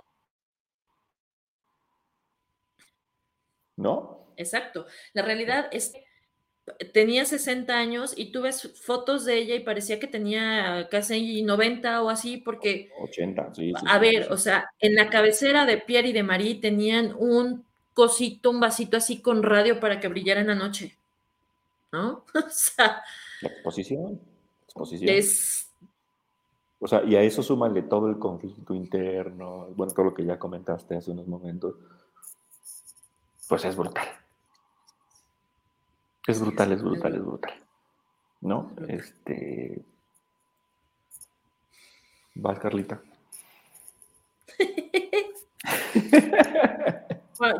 ¿no? exacto, la realidad es que tenía 60 años y tú ves fotos de ella y parecía que tenía casi 90 o así, porque, 80, sí, sí, a sí, sí, ver, o sí. sea, en la cabecera de Pierre y de Marie tenían un cosito, un vasito así con radio para que brillara en la noche, ¿no? O sea, La exposición, exposición. es, O sea, y a eso súmale todo el conflicto interno, bueno, todo lo que ya comentaste hace unos momentos, pues es brutal. Es así brutal, es es brutal, es brutal, brutal. ¿No? es brutal. Vas, Carlita. Bueno,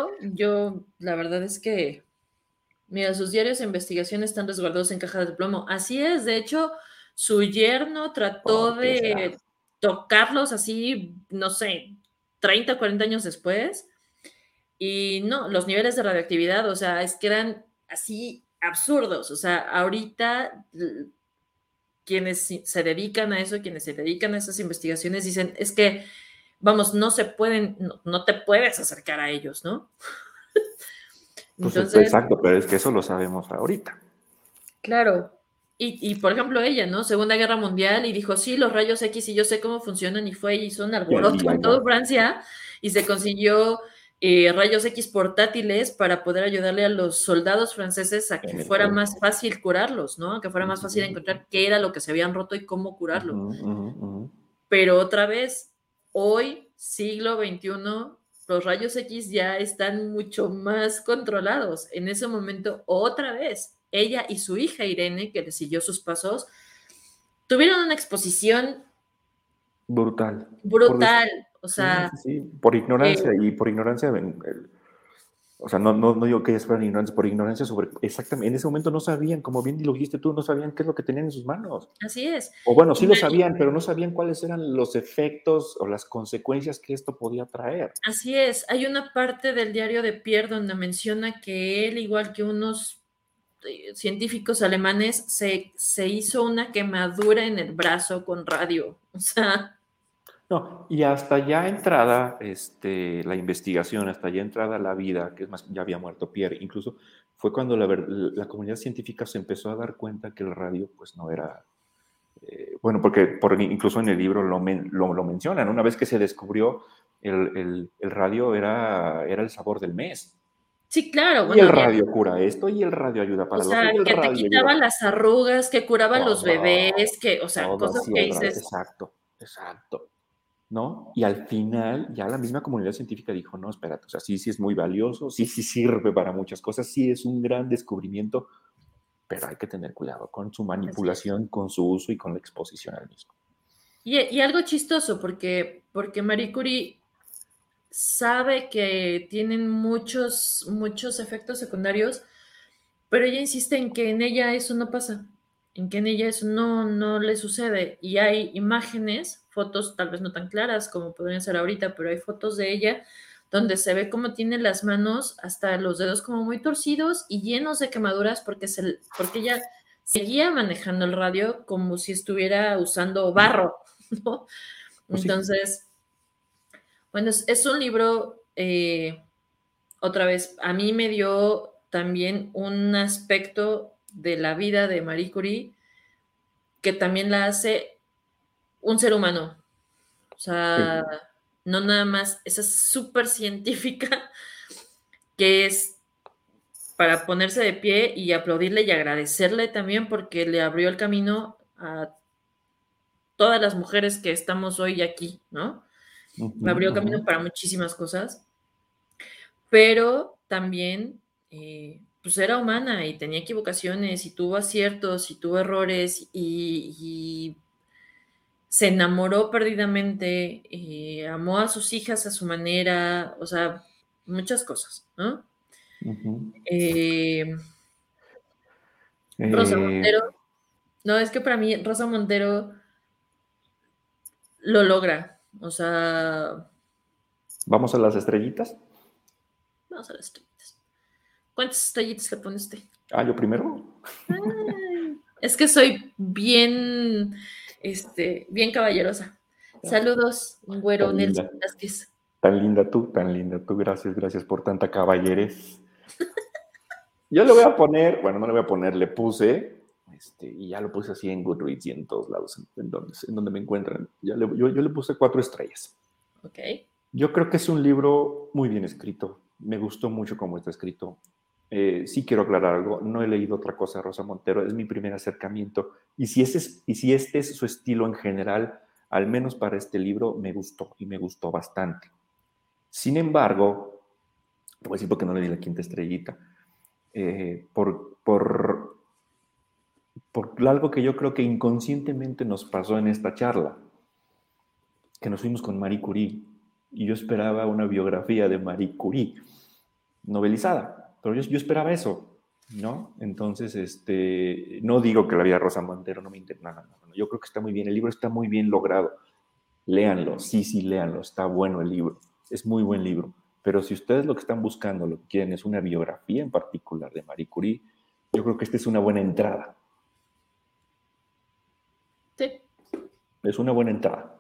la verdad es que, mira, sus diarios de investigación están resguardados en cajas de plomo. Así es, de hecho, su yerno trató ¿Por qué será? de tocarlos así, no sé, 30 o 40 años después, y no, los niveles de radioactividad, o sea, es que eran así absurdos. O sea, ahorita quienes se dedican a eso, quienes se dedican a esas investigaciones, dicen, es que, vamos, no se pueden, no te puedes acercar a ellos, ¿no? Pues Entonces, exacto, pero es que eso lo sabemos ahorita. claro. Por ejemplo, ella, ¿no? Segunda Guerra Mundial y dijo, sí, los rayos X y yo sé cómo funcionan y fue y hizo un alboroto Y en ahí toda va. Francia y se consiguió rayos X portátiles para poder ayudarle a los soldados franceses a que En el fuera más frente. fácil curarlos, ¿no? A que fuera más fácil encontrar qué era lo que se habían roto y cómo Ujú, curarlo. ujú, ujú. Pero otra vez, hoy, siglo XXI, los rayos X ya están mucho más controlados. En ese momento, otra vez, ella y su hija Irene, que le siguió sus pasos, tuvieron una exposición Brutal. brutal. O Sí, sea, sí, sí. Por eh, ignorancia y por ignorancia, o sea, no digo que es por ignorancia, por ignorancia sobre exactamente. En ese momento no sabían, como bien lo dijiste tú, no sabían qué es lo que tenían en sus manos. así es. O bueno, Y sí lo sabían, pero no sabían cuáles eran los efectos o las consecuencias que esto podía traer. así es. Hay una parte del diario de Pierre donde menciona que él, igual que unos científicos alemanes, se hizo una quemadura en el brazo con radio. O sea, No, y hasta ya entrada la investigación, hasta ya entrada la vida, que es más, ya había muerto Pierre, incluso fue cuando la comunidad científica se empezó a dar cuenta que el radio pues no era, bueno, porque incluso en el libro lo mencionan, una vez que se descubrió el radio era el sabor del mes. sí, claro, Y el bueno, radio cura esto, y el radio ayuda o para lo otro, sea, y el que te radio ayuda quitaba las arrugas, que curaba los todo, bebés, que, o sea, todo cosas así que el radio, dices, exacto, exacto. ¿No? Y al final ya la misma comunidad científica dijo, no, espérate, o sea, sí, sí es muy valioso, sí, sí sirve para muchas cosas, sí es un gran descubrimiento, pero hay que tener cuidado con su así es. manipulación, con su uso y con la exposición al mismo. Y algo chistoso, porque Marie Curie sabe que tienen muchos efectos secundarios, pero ella insiste en que en ella eso no pasa, en que en ella eso no le sucede. Y hay imágenes, fotos tal vez no tan claras como podrían ser ahorita, pero hay fotos de ella donde se ve cómo tiene las manos hasta los dedos como muy torcidos y llenos de quemaduras porque ella seguía manejando el radio como si estuviera usando barro, ¿no? Pues sí, Entonces, bueno, es un libro, otra vez, a mí me dio también un aspecto de la vida de Marie Curie que también la hace un ser humano. O sea, sí, no nada más esa súper científica que es para ponerse de pie y aplaudirle y agradecerle también porque le abrió el camino a todas las mujeres que estamos hoy aquí, ¿no? ujú, Me abrió ujú. camino para muchísimas cosas, pero también pues era humana y tenía equivocaciones y tuvo aciertos y tuvo errores y se enamoró perdidamente, amó a sus hijas a su manera, o sea, muchas cosas, ¿no? Ujú. Eh, Rosa Eh, Montero, no, es que para mí Rosa Montero lo logra, o sea, Vamos a las estrellitas. vamos a las estrellitas. ¿Cuántas estrellitas le pone usted? Ah, yo primero. Ay. Es que soy bien, bien caballerosa. Saludos, güero Tan Nelson linda, Vázquez. tan linda tú, gracias, gracias por tanta caballerez. Yo le voy a poner, bueno, no le voy a poner, le puse, y ya lo puse así en Goodreads y en todos lados, en donde me encuentran. Yo le puse 4 estrellas. Ok. Yo creo que es un libro muy bien escrito. Me gustó mucho cómo está escrito. Sí quiero aclarar algo. No he leído otra cosa de Rosa Montero. Es mi primer acercamiento. Y si este es su estilo en general, al menos para este libro, me gustó y me gustó bastante. Sin embargo, te voy a decir porque no le di la quinta estrellita. Por algo que yo creo que inconscientemente nos pasó en esta charla, que nos fuimos con Marie Curie y yo esperaba una biografía de Marie Curie novelizada, pero yo esperaba eso, ¿no? Entonces, no digo que la vida de Rosa Montero no me interesa, no, yo creo que está muy bien, el libro está muy bien logrado, léanlo, sí, léanlo, está bueno el libro, es muy buen libro, pero si ustedes lo que están buscando, lo que quieren es una biografía en particular de Marie Curie, yo creo que esta es una buena entrada, Sí. es una buena entrada,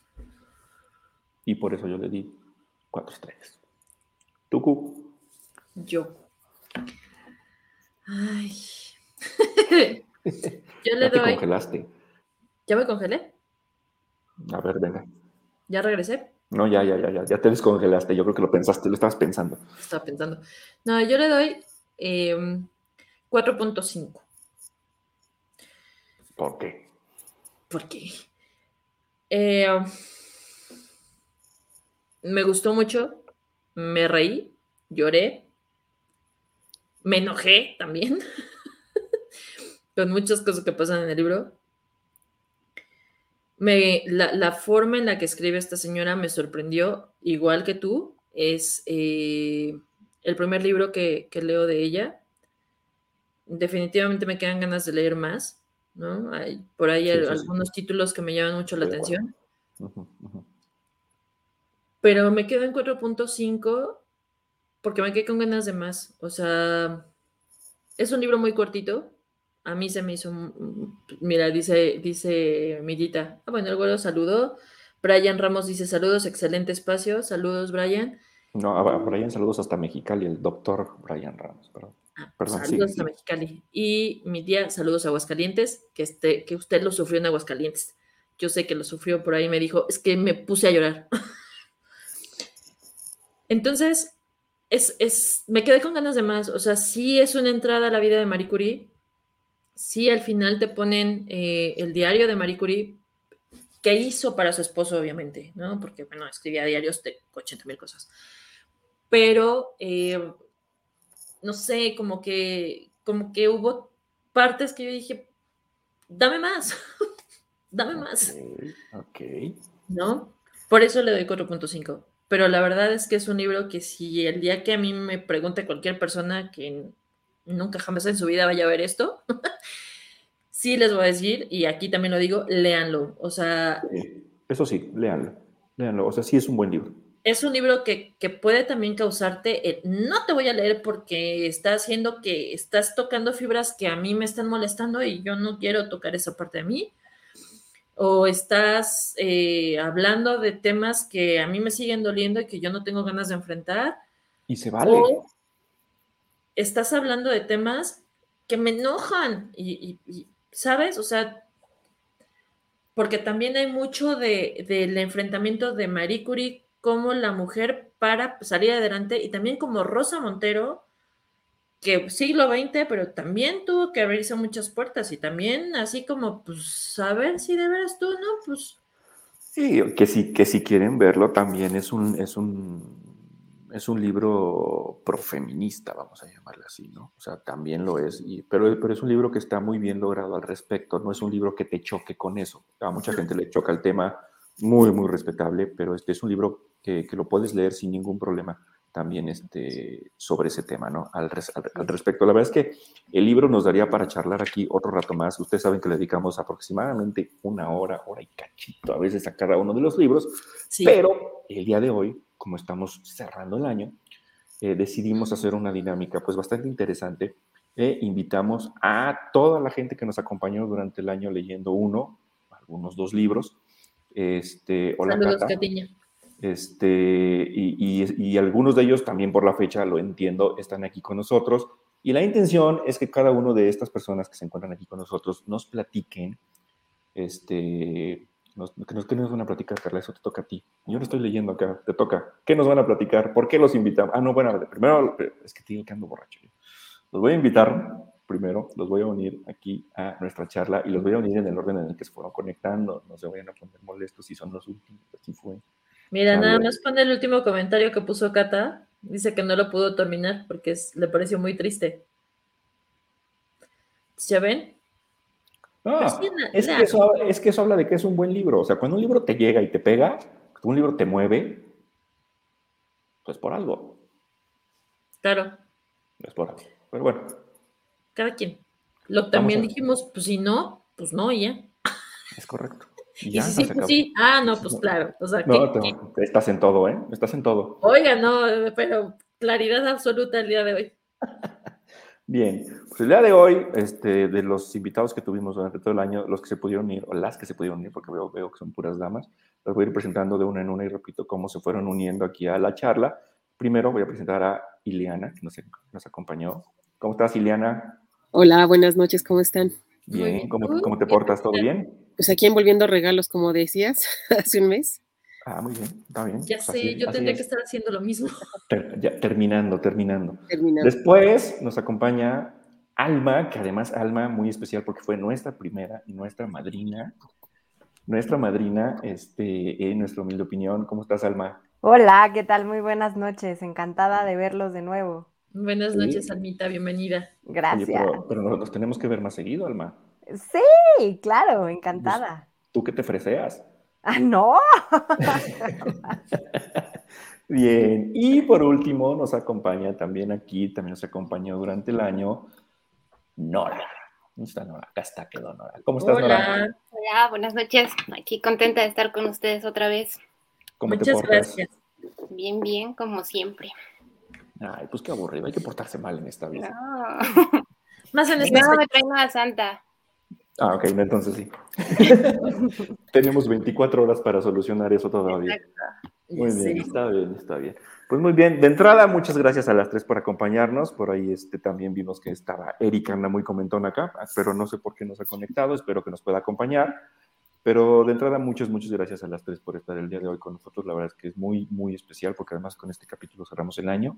y por eso yo le di 4 estrellas. Tucu. Yo. Ay. Yo le Ya te doy. congelaste. ¿Ya me congelé? A ver, venga. ¿Ya regresé? No, ya te descongelaste. Yo creo que lo pensaste, lo estabas pensando. Estaba pensando. No, yo le doy 4.5. ¿Por qué? Porque eh, me gustó mucho, me reí, lloré, me enojé también con muchas cosas que pasan en el libro. La forma en la que escribe esta señora me sorprendió, igual que tú. Es el primer libro que leo de ella. Definitivamente me quedan ganas de leer más, ¿no? Hay por ahí Sí, sí, sí. algunos títulos que me llaman mucho la Estoy de acuerdo. atención, Uh-huh, uh-huh. pero me quedo en 4.5 porque me quedé con ganas de más. O sea, es un libro muy cortito. A mí se me hizo, mira, dice Millita. Ah, bueno, el güero saludó. Brian Ramos dice saludos, excelente espacio. Saludos, Brian. No, a Brian, saludos hasta Mexicali, el doctor Brian Ramos. Perdón, Ah, perdón, sigue, saludos a sigue. Mexicali. Y mi tía, saludos a Aguascalientes, que usted lo sufrió en Aguascalientes. Yo sé que lo sufrió por ahí, me dijo, es que me puse a llorar. Entonces, me quedé con ganas de más. O sea, sí es una entrada a la vida de Marie Curie. Sí, al final te ponen el diario de Marie Curie, que hizo para su esposo, obviamente, ¿no? Porque, bueno, escribía diarios de 80,000 cosas. Pero, no sé, como que hubo partes que yo dije, dame más, dame Ok, más, ok. ¿no? Por eso le doy 4.5. Pero la verdad es que es un libro que si el día que a mí me pregunte cualquier persona que nunca jamás en su vida vaya a ver esto, sí les voy a decir, y aquí también lo digo, léanlo. O sea, Sí, eso sí, léanlo. Léanlo. O sea, sí es un buen libro. es un libro que puede también causarte, no te voy a leer porque está haciendo que estás tocando fibras que a mí me están molestando y yo no quiero tocar esa parte de mí, o estás hablando de temas que a mí me siguen doliendo y que yo no tengo ganas de enfrentar, Y se vale. o estás hablando de temas que me enojan ¿sabes? O sea, porque también hay mucho del enfrentamiento de Marie Curie como la mujer para salir adelante y también como Rosa Montero, que siglo XX, pero también tuvo que abrirse muchas puertas y también así como, pues, a ver si de veras tú, ¿no? Pues Sí, que si quieren verlo, también es un libro profeminista, vamos a llamarle así, ¿no? O sea, también lo es, pero es un libro que está muy bien logrado al respecto, no es un libro que te choque con eso. A mucha gente le choca el tema, muy, muy respetable, pero este es un libro que lo puedes leer sin ningún problema también sobre ese tema, ¿no? Al respecto. La verdad es que el libro nos daría para charlar aquí otro rato más. Ustedes saben que le dedicamos aproximadamente una hora, hora y cachito a veces a cada uno de los libros, sí, pero el día de hoy, como estamos cerrando el año, decidimos hacer una dinámica pues bastante interesante invitamos a toda la gente que nos acompañó durante el año leyendo algunos 2 libros. Hola Saludos, Cata. Catiña. Y algunos de ellos también por la fecha, lo entiendo, están aquí con nosotros. Y la intención es que cada uno de estas personas que se encuentran aquí con nosotros nos platiquen, ¿qué nos van a platicar, Carla? Eso te toca a ti. Yo lo estoy leyendo acá, te toca. ¿Qué nos van a platicar? ¿Por qué los invitamos? No, bueno, primero, es que te digo que ando borracho. Los voy a invitar, primero, los voy a unir aquí a nuestra charla y los voy a unir en el orden en el que se fueron conectando. No se vayan a poner molestos si son los últimos, así fue. Mira, nada más pone el último comentario que puso Cata. Dice que no lo pudo terminar porque le pareció muy triste. ¿Ya ven? No, es que eso habla de que es un buen libro. O sea, cuando un libro te llega y te pega, un libro te mueve, pues por algo. Claro. No es por algo. Pero bueno. Cada quien. También dijimos, pues si no, pues no, y ya. Es correcto. Y ya, si sí, pues sí. No, pues claro. O sea, no, estás en todo, ¿eh? Estás en todo. Oiga, no, pero claridad absoluta el día de hoy. Bien, pues el día de hoy, de los invitados que tuvimos durante todo el año, los que se pudieron ir, o las que se pudieron ir, porque veo que son puras damas, los voy a ir presentando de una en una y repito cómo se fueron uniendo aquí a la charla. Primero voy a presentar a Ileana, que nos acompañó. ¿Cómo estás, Ileana? Hola, buenas noches, ¿cómo están? Bien, bien. ¿Cómo te portas? ¿Todo bien? Pues aquí envolviendo regalos, como decías, hace un mes. Muy bien, está bien. Ya sé, yo tendría que estar haciendo lo mismo. Terminando. Después nos acompaña Alma, que además Alma, muy especial porque fue nuestra primera y nuestra madrina. En nuestra humilde opinión. ¿Cómo estás, Alma? Hola, ¿qué tal? Muy buenas noches. Encantada de verlos de nuevo. Buenas noches, Almita, bienvenida. Gracias. Oye, pero nos tenemos que ver más seguido, Alma. Sí, claro, encantada. Pues, ¿tú qué te freseas? No. Bien, y por último nos acompaña también nos acompañó durante el año Nora. ¿Dónde está Nora? Acá está, quedó Nora. ¿Cómo estás, Nora? Hola, buenas noches. Aquí contenta de estar con ustedes otra vez. ¿Cómo te portas? Muchas gracias. Bien, como siempre. Ay, pues qué aburrido, hay que portarse mal en esta vida. No. Más en esta me trae una santa. Ok, entonces sí. Tenemos 24 horas para solucionar eso todavía. Exacto. Muy bien, está bien. Pues muy bien, de entrada, muchas gracias a las 3 por acompañarnos. Por ahí también vimos que estaba Erika, anda muy comentón acá, pero no sé por qué nos ha conectado, espero que nos pueda acompañar. Pero de entrada, muchas gracias a las 3 por estar el día de hoy con nosotros. La verdad es que es muy, muy especial porque además con este capítulo cerramos el año.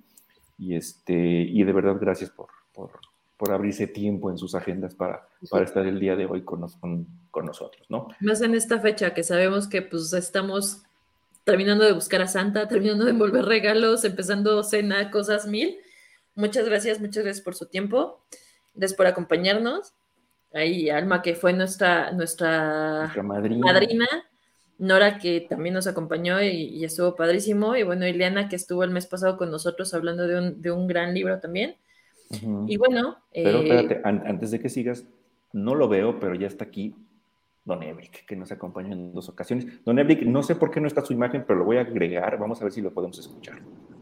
Y de verdad, gracias por abrirse tiempo en sus agendas para estar el día de hoy con nosotros, ¿no? Más en esta fecha que sabemos que pues estamos terminando de buscar a Santa, terminando de envolver regalos, empezando cena, cosas mil. Muchas gracias por su tiempo. Gracias por acompañarnos. Ahí Alma, que fue nuestra madrina. Nora, que también nos acompañó y estuvo padrísimo. Y bueno, Ileana, que estuvo el mes pasado con nosotros hablando de un gran libro también. Uh-huh. Y bueno. Pero espérate, antes de que sigas, no lo veo, pero ya está aquí Don Ebrick, que nos acompaña en 2 ocasiones. Don Ebrick, no sé por qué no está su imagen, pero lo voy a agregar. Vamos a ver si lo podemos escuchar.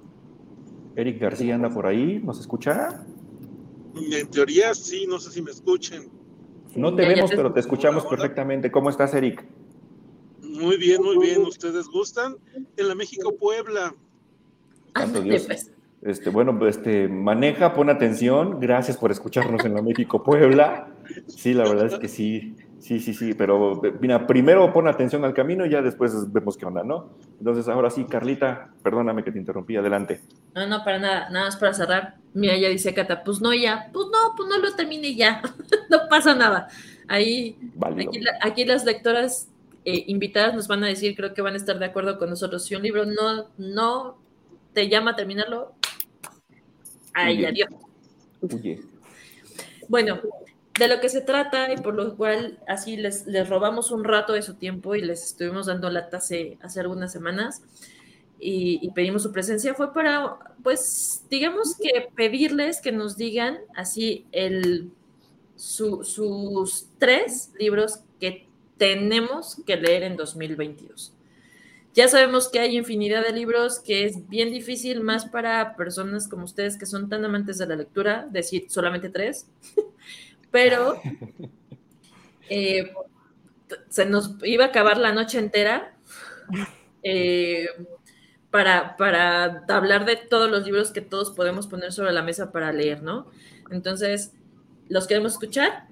Eric García anda por ahí, ¿nos escucha? En teoría sí, no sé si me escuchen. No te vemos, pero te escuchamos perfectamente. ¿Cómo estás, Eric? Muy bien. ¿Ustedes gustan? En la México Puebla. Santo Dios. Maneja, pon atención. Gracias por escucharnos en la México Puebla. Sí, la verdad es que sí. Sí, pero mira, primero pon atención al camino y ya después vemos qué onda, ¿no? Entonces, ahora sí, Carlita, perdóname que te interrumpí, adelante. No, para nada más para cerrar. Mira, ya dice Cata, pues no lo termine ya, no pasa nada. Aquí las lectoras invitadas nos van a decir, creo que van a estar de acuerdo con nosotros, si un libro no te llama a terminarlo, adiós. Bueno, de lo que se trata y por lo cual así les robamos un rato de su tiempo y les estuvimos dando lata hace algunas semanas y pedimos su presencia fue para, pues, digamos que pedirles que nos digan así sus 3 libros que tenemos que leer en 2022. Ya sabemos que hay infinidad de libros, que es bien difícil, más para personas como ustedes que son tan amantes de la lectura, decir solamente 3, pero eh, se nos iba a acabar la noche entera eh, para hablar de todos los libros que todos podemos poner sobre la mesa para leer, ¿no? Entonces, los queremos escuchar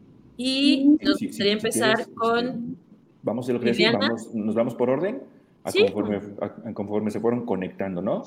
y Sí, nos sí, gustaría si quieres, empezar con vamos a lo que decir, Liliana. nos vamos por orden Sí, a conforme se fueron conectando, ¿no?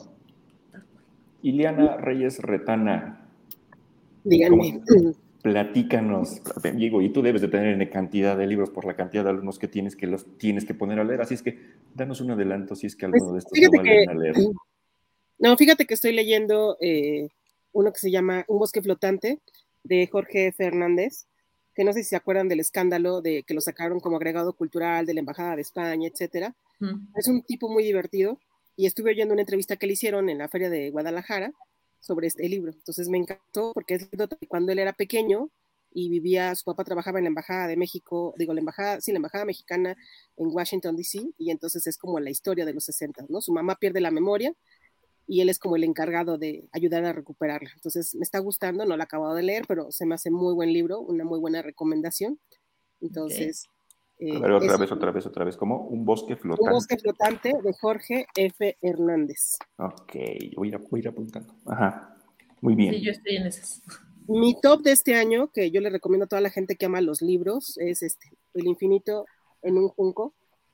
Ileana Reyes Retana, Díganme. platícanos, Diego, y tú debes de tener N cantidad de libros por la cantidad de alumnos que tienes que los tienes que poner a leer, así es que danos un adelanto si es que Pues alguno de estos no fíjate valen que, a leer. no, fíjate que estoy leyendo uno que se llama Un bosque flotante de Jorge F. Hernández, que no sé si se acuerdan del escándalo de que lo sacaron como agregado cultural de la Embajada de España, etcétera. Es un tipo muy divertido y estuve oyendo una entrevista que le hicieron en la Feria de Guadalajara sobre este libro. Entonces me encantó porque es cuando él era pequeño y vivía, su papá trabajaba en la Embajada de México, digo, la Embajada Mexicana en Washington, D.C., y entonces es como la historia de los 60, ¿no? Su mamá pierde la memoria y él es como el encargado de ayudar a recuperarla. Entonces me está gustando, no lo he acabado de leer, pero se me hace muy buen libro, una muy buena recomendación. okay. Entonces, A ver, es otra vez, como un bosque Un bosque flotante. flotante de Jorge F. Hernández. Ok, voy a ir apuntando. Ajá, muy Sí, yo bien. estoy en esas. Mi top de este año, que yo le recomiendo a toda la gente que ama los libros, es El infinito en un junco.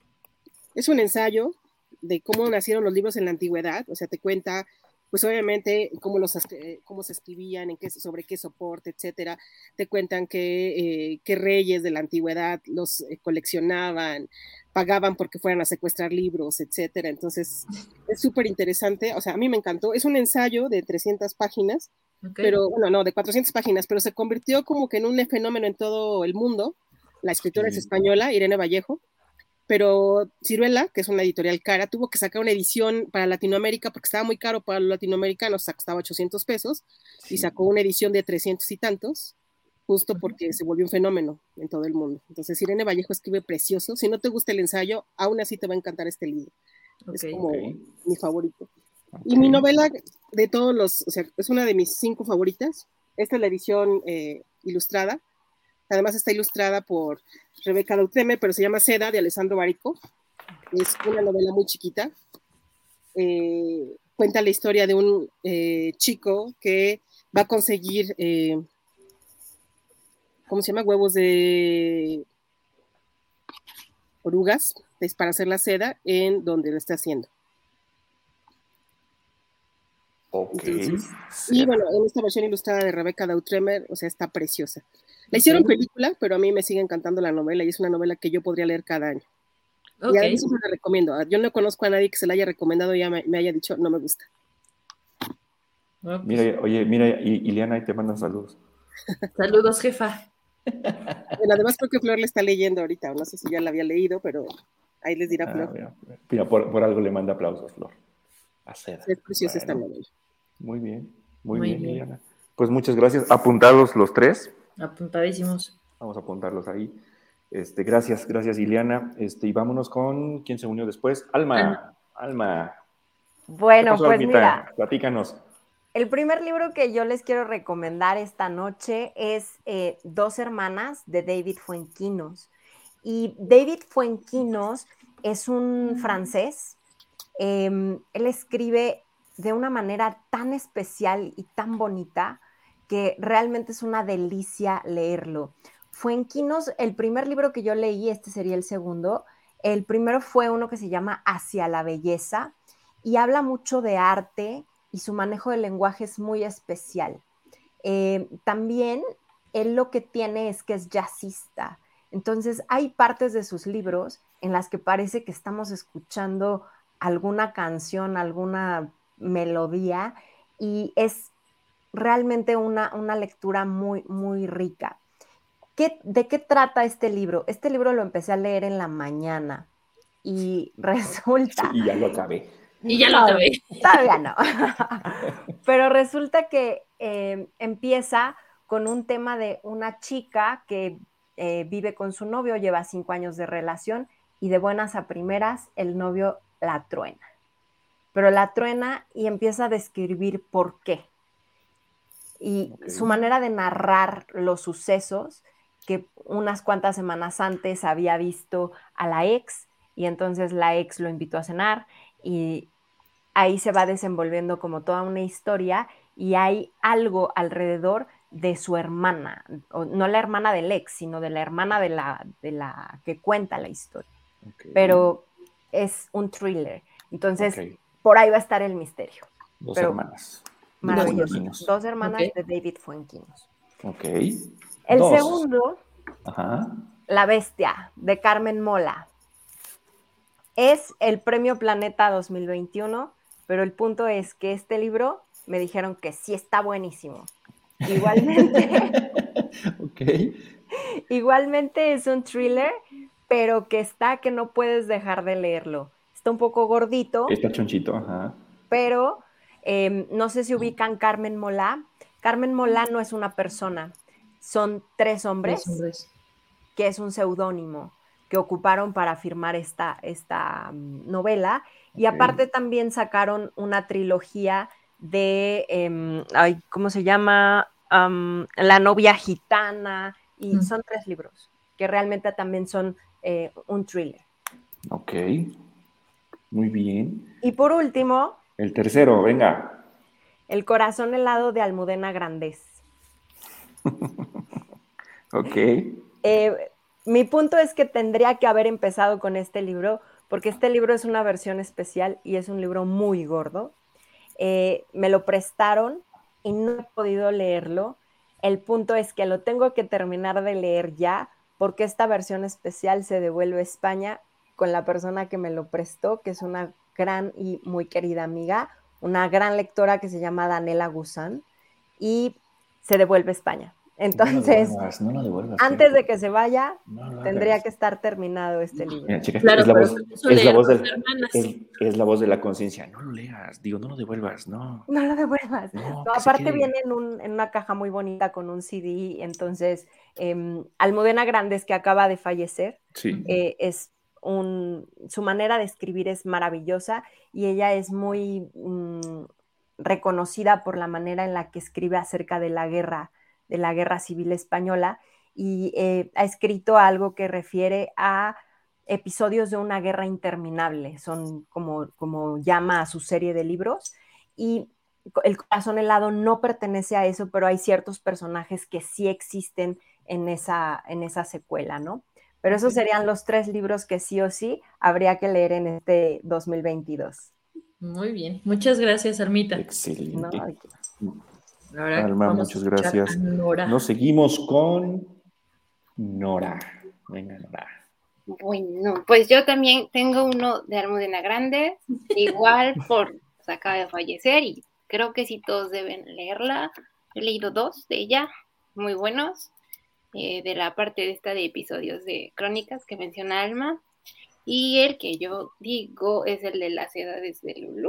Es un ensayo de cómo nacieron los libros en la antigüedad, o sea, te cuenta, pues obviamente, cómo se escribían, sobre qué soporte, etcétera. Te cuentan qué reyes de la antigüedad los coleccionaban, pagaban porque fueran a secuestrar libros, etcétera. Entonces, es súper interesante, o sea, a mí me encantó. Es un ensayo de 300 páginas, Okay. pero, bueno, no, de 400 páginas, pero se convirtió como que en un fenómeno en todo el mundo. La escritora es Sí. española, Irene Vallejo, pero Ciruela, que es una editorial cara, tuvo que sacar una edición para Latinoamérica porque estaba muy caro para los latinoamericanos, costaba 800 pesos, y Sí. sacó una edición de 300 y tantos, justo porque se volvió un fenómeno en todo el mundo. Entonces, Irene Vallejo escribe precioso. Si no te gusta el ensayo, aún así te va a encantar este libro. Es Okay. como Ok, mi favorito. Y ok. mi novela de todos o sea, es una de mis 5 favoritas. Esta es la edición ilustrada. Además está ilustrada por Rebeca Dautreme, pero se llama Seda, de Alessandro Barico. Es una novela muy chiquita. Cuenta la historia de un chico que va a conseguir, ¿cómo se llama? Huevos de orugas para hacer la seda en donde lo está haciendo. Ok, Entonces, y seda. bueno, en esta versión ilustrada de Rebeca Dautremer, o sea, está preciosa. La hicieron Okay. película, pero a mí me sigue encantando la novela y es una novela que yo podría leer cada año. Y a mí Okay. siempre la recomiendo. Yo no conozco a nadie que se la haya recomendado y ya me haya dicho, no me gusta. Bueno, pues, Mira, oye, mira, Ileana, ahí te mandan saludos. saludos, jefa. Bueno, además creo que Flor le está leyendo ahorita, o no sé si ya la había leído, pero ahí les dirá Flor. Mira, por algo le manda aplausos, Flor. A seda. Sí, es preciosa esta Bueno, novela. muy Muy bien, bien. Ileana. Pues muchas gracias. Apuntados los tres. Apuntadísimos. Vamos a apuntarlos ahí. Gracias, Ileana. Y vámonos con quién se unió después. Alma. Alma. ¿Qué Bueno, pasó, pues Almita? mira, Platícanos. el primer libro que yo les quiero recomendar esta noche es Dos hermanas de David Fuenquinos. Y David Fuenquinos es un francés. Él escribe de una manera tan especial y tan bonita que realmente es una delicia leerlo. Fuenquinos, el primer libro que yo leí, este sería el segundo, el primero fue uno que se llama Hacia la belleza y habla mucho de arte y su manejo del lenguaje es muy especial. También él lo que tiene es que es jazzista. Entonces hay partes de sus libros en las que parece que estamos escuchando alguna canción, alguna melodía y es realmente una lectura muy, muy rica. ¿De qué trata este libro? Este libro lo empecé a leer en la mañana y Sí, resulta, y ya lo acabé. Y ya lo no, acabé. todavía no, pero resulta que empieza con un tema de una chica que vive con su novio, lleva 5 años de relación y de buenas a primeras el novio la truena. Pero la truena y empieza a describir por qué. Y su manera de narrar los sucesos, que unas cuantas semanas antes había visto a la ex, y entonces la ex lo invitó a cenar, y ahí se va desenvolviendo como toda una historia, y hay algo alrededor de su hermana, no la hermana del ex, sino de la hermana de la que cuenta la historia. Pero es un thriller. Entonces, por ahí va a estar el misterio. Dos hermanas. Maravilloso. Dos hermanas de David Fuenquinos. El segundo, La Bestia, de Carmen Mola. Es el Premio Planeta 2021, pero el punto es que este libro me dijeron que sí está buenísimo. Igualmente, igualmente es un thriller, pero que no puedes dejar de leerlo. Está un poco gordito. Está chonchito, pero no sé si ubican Carmen Mola. Carmen Mola no es una persona, son tres hombres. Que es un seudónimo que ocuparon para firmar esta novela. Y aparte también sacaron una trilogía de, ¿cómo se llama? La novia gitana, y son 3 libros, que realmente también son un thriller. Ok, muy bien. Y por último... El tercero, venga. El corazón helado de Almudena Grandes. Mi punto es que tendría que haber empezado con este libro, porque este libro es una versión especial y es un libro muy gordo. Me lo prestaron y no he podido leerlo. El punto es que lo tengo que terminar de leer ya, porque esta versión especial se devuelve a España con la persona que me lo prestó, que es una gran y muy querida amiga, una gran lectora que se llama Daniela Guzán, y se devuelve a España. Entonces, no lo devuelvas, antes de que se vaya, tendría que estar terminado este libro. Mira, chica, claro, es la voz de la conciencia. No lo leas, digo, no lo devuelvas, no. No lo devuelvas. No, aparte viene en una caja muy bonita con un CD. Entonces, Almudena Grandes, que acaba de fallecer, su manera de escribir es maravillosa, y ella es muy reconocida por la manera en la que escribe acerca de la guerra civil española, y ha escrito algo que refiere a episodios de una guerra interminable, son como llama a su serie de libros, y El corazón helado no pertenece a eso, pero hay ciertos personajes que sí existen en esa secuela, ¿no? Pero esos serían los 3 libros que sí o sí habría que leer en este 2022. Muy bien, muchas gracias, Almita. Excelente. Ahora Alma, muchas gracias. Nos seguimos con Nora. Venga, Nora. Bueno, pues yo también tengo uno de Almudena Grandes, igual acaba de fallecer, y creo que sí todos deben leerla. He leído 2 de ella, muy buenos, de la parte de esta de episodios de crónicas que menciona Alma, y el que yo digo es el de las edades de Lulú.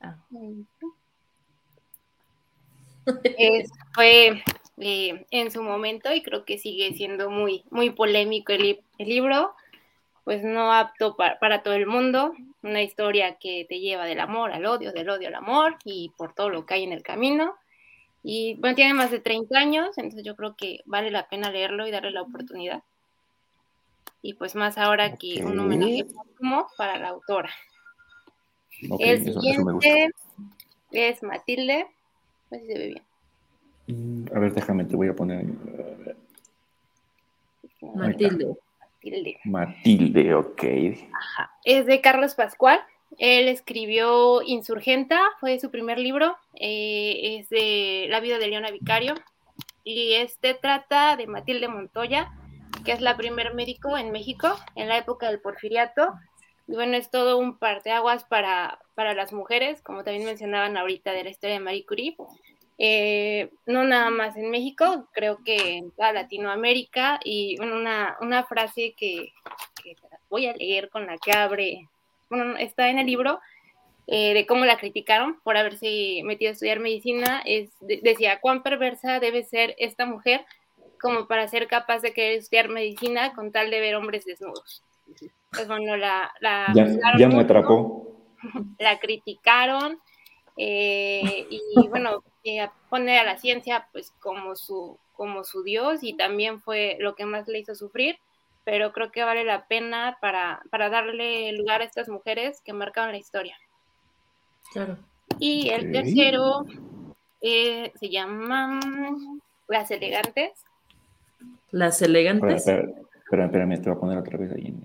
Fue en su momento, y creo que sigue siendo muy, muy polémico el libro, pues no apto para todo el mundo, una historia que te lleva del amor al odio, del odio al amor, y por todo lo que hay en el camino. Y bueno, tiene más de 30 años, entonces yo creo que vale la pena leerlo y darle la oportunidad. Y pues más ahora que un homenaje póstumo para la autora. El siguiente es Matilde. No sé si se ve bien. A ver, déjame, te voy a poner. Matilde, ok. Ajá. Es de Carlos Pascual. Él escribió Insurgenta, fue su primer libro. Es de la vida de Leona Vicario. Y trata de Matilde Montoya, que es la primer médico en México en la época del Porfiriato. Y bueno, es todo un parteaguas para las mujeres, como también mencionaban ahorita de la historia de Marie Curie. No nada más en México, creo que en toda Latinoamérica. Y bueno, una frase que voy a leer, con la que abre, bueno, está en el libro, de cómo la criticaron por haberse metido a estudiar medicina, decía: cuán perversa debe ser esta mujer como para ser capaz de querer estudiar medicina con tal de ver hombres desnudos. pues bueno, la Ya me atrapó. la criticaron, y bueno, pone a la ciencia pues como su dios, y también fue lo que más le hizo sufrir, pero creo que vale la pena para darle lugar a estas mujeres que marcaron la historia. Claro. Y el tercero se llama Las Elegantes. Las Elegantes. Espérame, te voy a poner otra vez ahí en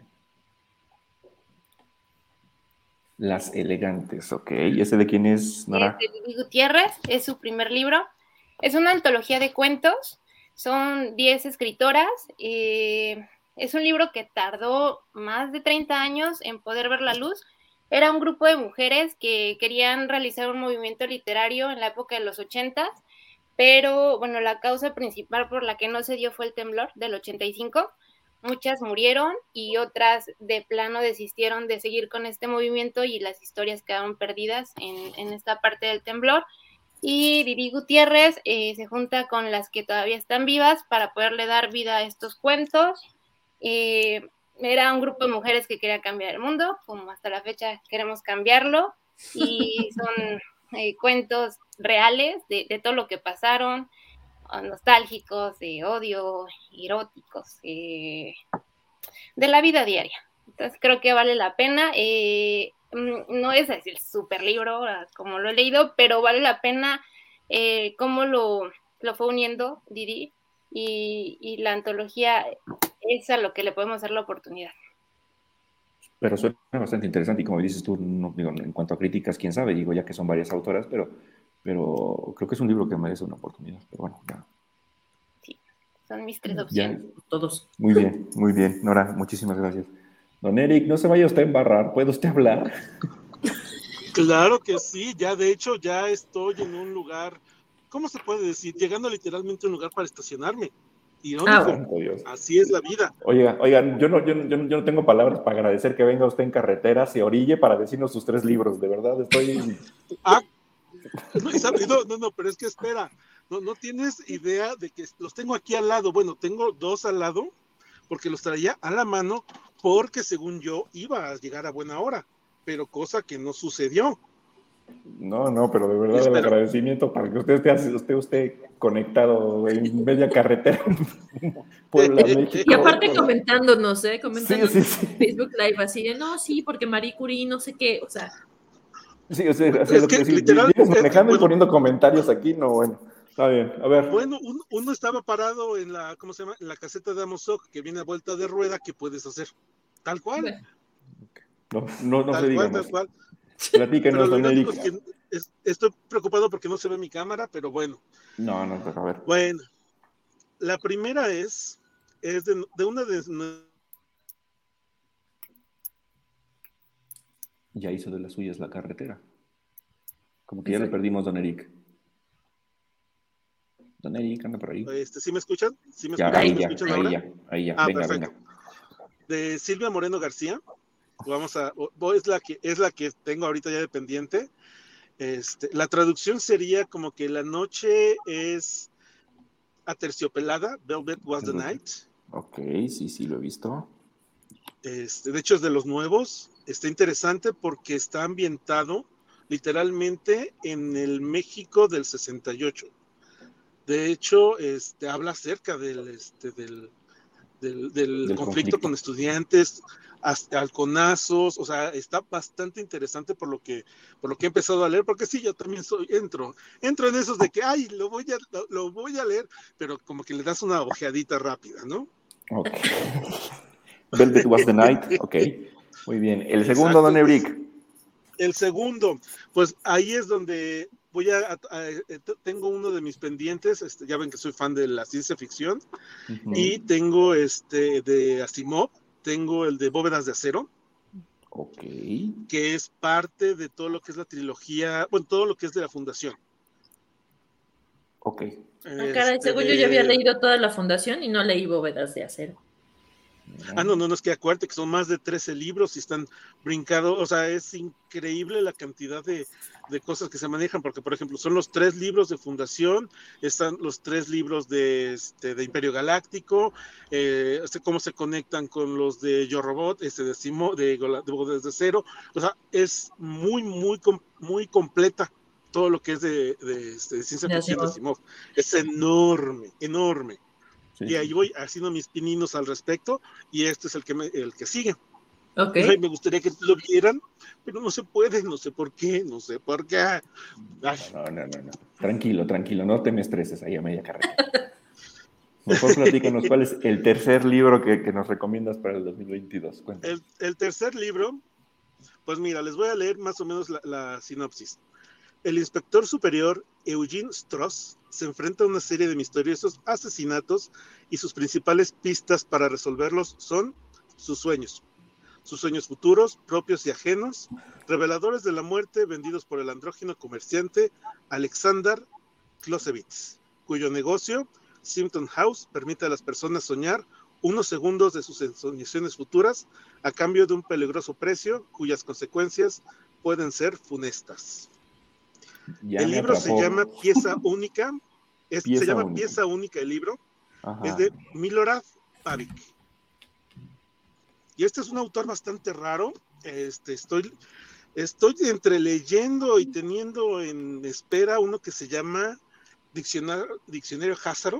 Las Elegantes, ok. ¿Y ese de quién es, Nora? Es de Vivi Gutiérrez, es su primer libro. Es una antología de cuentos, son 10 escritoras. Es un libro que tardó más de 30 años en poder ver la luz. Era un grupo de mujeres que querían realizar un movimiento literario en la época de los 80, pero bueno, la causa principal por la que no se dio fue el temblor del 85. Muchas murieron y otras de plano desistieron de seguir con este movimiento, y las historias quedaron perdidas en esta parte del temblor. Y Vivi Gutiérrez se junta con las que todavía están vivas para poderle dar vida a estos cuentos. Era un grupo de mujeres que quería cambiar el mundo, como hasta la fecha queremos cambiarlo, y son cuentos reales de todo lo que pasaron, nostálgicos, de odio, eróticos, de la vida diaria. Entonces creo que vale la pena. No es el super libro como lo he leído, pero vale la pena cómo lo fue uniendo Didi, y la antología es a lo que le podemos dar la oportunidad. Pero suena bastante interesante, y como dices tú, no, digo, en cuanto a críticas, quién sabe, digo, ya que son varias autoras, pero creo que es un libro que merece una oportunidad. Pero bueno, ya. Sí, son mis 3 opciones. Ya. Todos. Muy bien, Nora, muchísimas gracias. Don Eric, no se vaya usted a embarrar, ¿puede usted hablar? Claro que sí, ya de hecho ya estoy en un lugar, ¿cómo se puede decir? Llegando literalmente a un lugar para estacionarme. Irónico, así es la vida. Oigan, yo no tengo palabras para agradecer que venga usted en carretera, se orille para decirnos sus 3 libros, de verdad, estoy... No, pero es que espera, no tienes idea de que los tengo aquí al lado. Bueno, tengo 2 al lado, porque los traía a la mano, porque según yo iba a llegar a buena hora, pero cosa que no sucedió. No, pero de verdad el agradecimiento para que usted esté conectado en media carretera Puebla, México. Y aparte comentándonos, comentándonos sí. en Facebook Live, así de, no, sí, porque Marie Curie, no sé qué, o sea. Sí, o sea, lo que literal, manejando y poniendo comentarios aquí, no, bueno, está bien, a ver. Bueno, uno estaba parado en la, ¿cómo se llama? En la caseta de Amozoc, que viene a vuelta de rueda, ¿qué puedes hacer? Tal cual. No tal se diga cual, más. Tal cual. Platíquenos, don Eric. Es que estoy preocupado porque no se ve mi cámara, pero bueno. No, a ver. Bueno, la primera es de una de... Ya hizo de las suyas la carretera. Como que ya le perdimos, don Eric. Don Eric, anda por ahí. ¿Sí me escuchan? ¿Sí me escuchan? Ahí ya. Venga. De Silvia Moreno García. Es la que tengo ahorita ya de pendiente. La traducción sería como que la noche es aterciopelada, Velvet was the night. Ok, sí, lo he visto. De hecho es de los nuevos. Está interesante porque está ambientado literalmente en el México del 68. De hecho, habla acerca del conflicto con estudiantes, halconazos, o sea, está bastante interesante por lo que he empezado a leer, porque sí, yo también entro en esos de que, lo voy a leer, pero como que le das una ojeadita rápida, ¿no? Ok. Velvet was the night, ok, muy bien. El segundo, don Eric. El segundo, pues ahí es donde tengo uno de mis pendientes, ya ven que soy fan de la ciencia ficción, y tengo de Asimov, tengo el de Bóvedas de Acero, que es parte de todo lo que es la trilogía, bueno, todo lo que es de la Fundación. Ok. Caray, según yo ya había leído toda la Fundación y no leí Bóvedas de Acero. No, es que acuérdate que son más de 13 libros y están brincados, o sea, es increíble la cantidad de cosas que se manejan, porque, por ejemplo, son los 3 libros de Fundación, están los 3 libros de Imperio Galáctico, cómo se conectan con los de Yo Robot, de Desde Cero, o sea, es muy, muy, muy completa todo lo que es de ciencia ficción de Asimov. Es enorme, enorme. Sí. Y ahí voy haciendo mis pininos al respecto, y este es el que sigue. Okay. Ay, me gustaría que lo vieran, pero no se puede, no sé por qué. No. Tranquilo, no te me estreses ahí a media carrera. Mejor platícanos cuál es el tercer libro que nos recomiendas para el 2022. El tercer libro, pues mira, les voy a leer más o menos la sinopsis. El inspector superior Eugene Strauss se enfrenta a una serie de misteriosos asesinatos y sus principales pistas para resolverlos son sus sueños futuros, propios y ajenos, reveladores de la muerte vendidos por el andrógino comerciante Alexander Clausewitz, cuyo negocio, Simpson House, permite a las personas soñar unos segundos de sus ensoñaciones futuras a cambio de un peligroso precio cuyas consecuencias pueden ser funestas. El libro se llama Pieza Única. Pieza Única el libro. Ajá. Es de Milorad Pavlik. Y este es un autor bastante raro. Estoy entre leyendo y teniendo en espera uno que se llama Diccionario Házaro,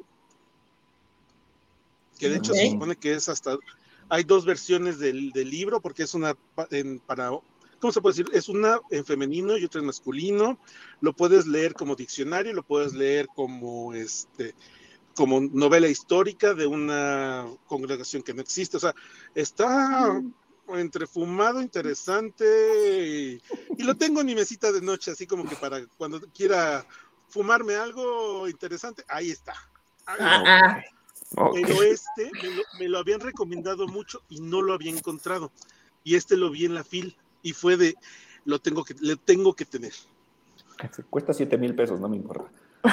que de hecho se supone que es hay 2 versiones del libro, porque es una ¿cómo se puede decir? Es una en femenino y otra en masculino. Lo puedes leer como diccionario, lo puedes leer como novela histórica de una congregación que no existe. O sea, está entre fumado, interesante, y lo tengo en mi mesita de noche, así como que para cuando quiera fumarme algo interesante, ahí está. Okay. Pero me lo habían recomendado mucho y no lo había encontrado. Y lo vi en la FIL. Y fue le tengo que tener. Cuesta 7,000 pesos, no me importa.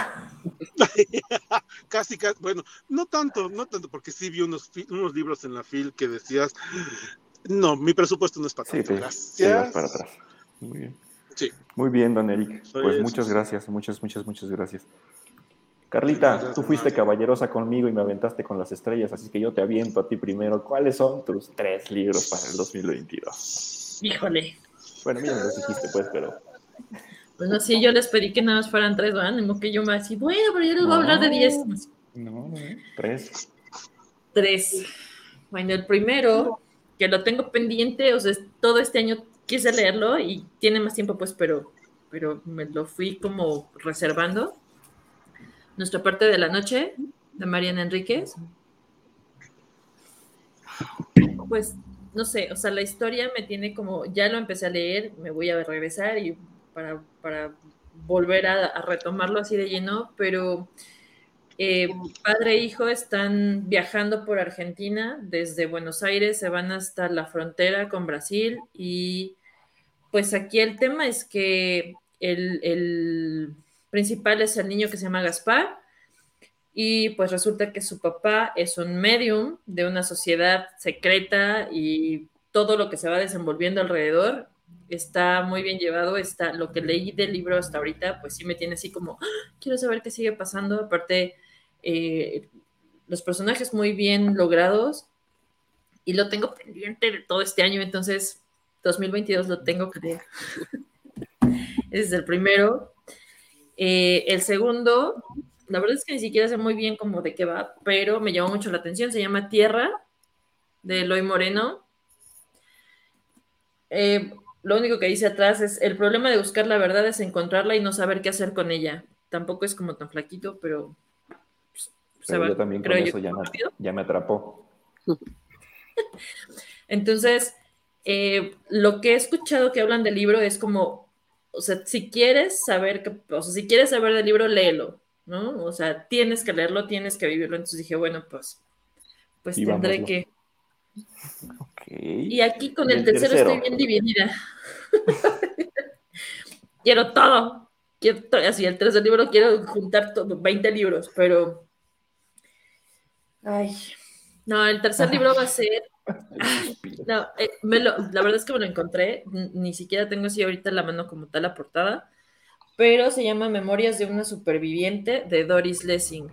casi, bueno, no tanto, porque sí vi unos libros en la FIL que decías, no, mi presupuesto no es para tanto. Gracias. Sí, vas para atrás. Muy bien. Sí. Muy bien, don Eric. Pues muchas gracias, muchas gracias. Carlita, tú fuiste caballerosa conmigo y me aventaste con las estrellas, así que yo te aviento a ti primero. ¿Cuáles son tus 3 libros para el 2022? Híjole. Bueno, mira, me los dijiste, pues, pero... Bueno, sí, yo les pedí que nada más fueran 3, ¿verdad? Ni modo que yo me así, bueno, pero yo les voy a hablar de 10. No, 3. 3. Bueno, el primero, que lo tengo pendiente, o sea, todo este año quise leerlo y tiene más tiempo, pues, pero me lo fui como reservando. Nuestra parte de la noche, de Mariana Enríquez. Pues, no sé, o sea, la historia me tiene como, ya lo empecé a leer, me voy a regresar y para volver a retomarlo así de lleno, pero padre e hijo están viajando por Argentina, desde Buenos Aires se van hasta la frontera con Brasil, y pues aquí el tema es que el principal es el niño que se llama Gaspar, y pues resulta que su papá es un medium de una sociedad secreta, y todo lo que se va desenvolviendo alrededor está muy bien llevado. Lo que leí del libro hasta ahorita, pues sí me tiene así como, quiero saber qué sigue pasando. Aparte, los personajes muy bien logrados, y lo tengo pendiente de todo este año, entonces 2022 lo tengo que leer. Ese es el primero. El segundo, la verdad es que ni siquiera sé muy bien cómo de qué va, pero me llamó mucho la atención. Se llama Tierra, de Eloy Moreno. Lo único que dice atrás es: el problema de buscar la verdad es encontrarla y no saber qué hacer con ella. Tampoco es como tan flaquito, pero yo también con eso ya me atrapó. Entonces, lo que he escuchado que hablan del libro es como, o sea, si quieres saber del libro, léelo, ¿no? O sea, tienes que leerlo, tienes que vivirlo. Entonces dije, bueno, pues tendré que... Okay. Y aquí con el tercero estoy bien dividida. Quiero todo. Así, el tercer libro quiero juntar 20 libros, pero... Ay, No, el tercer libro va a ser... No, la verdad es que me lo encontré, ni siquiera tengo así ahorita en la mano como tal la portada, pero se llama Memorias de una superviviente de Doris Lessing.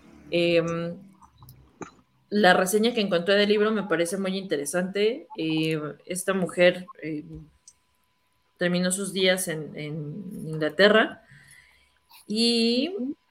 La reseña que encontré del libro me parece muy interesante. Esta mujer terminó sus días en Inglaterra y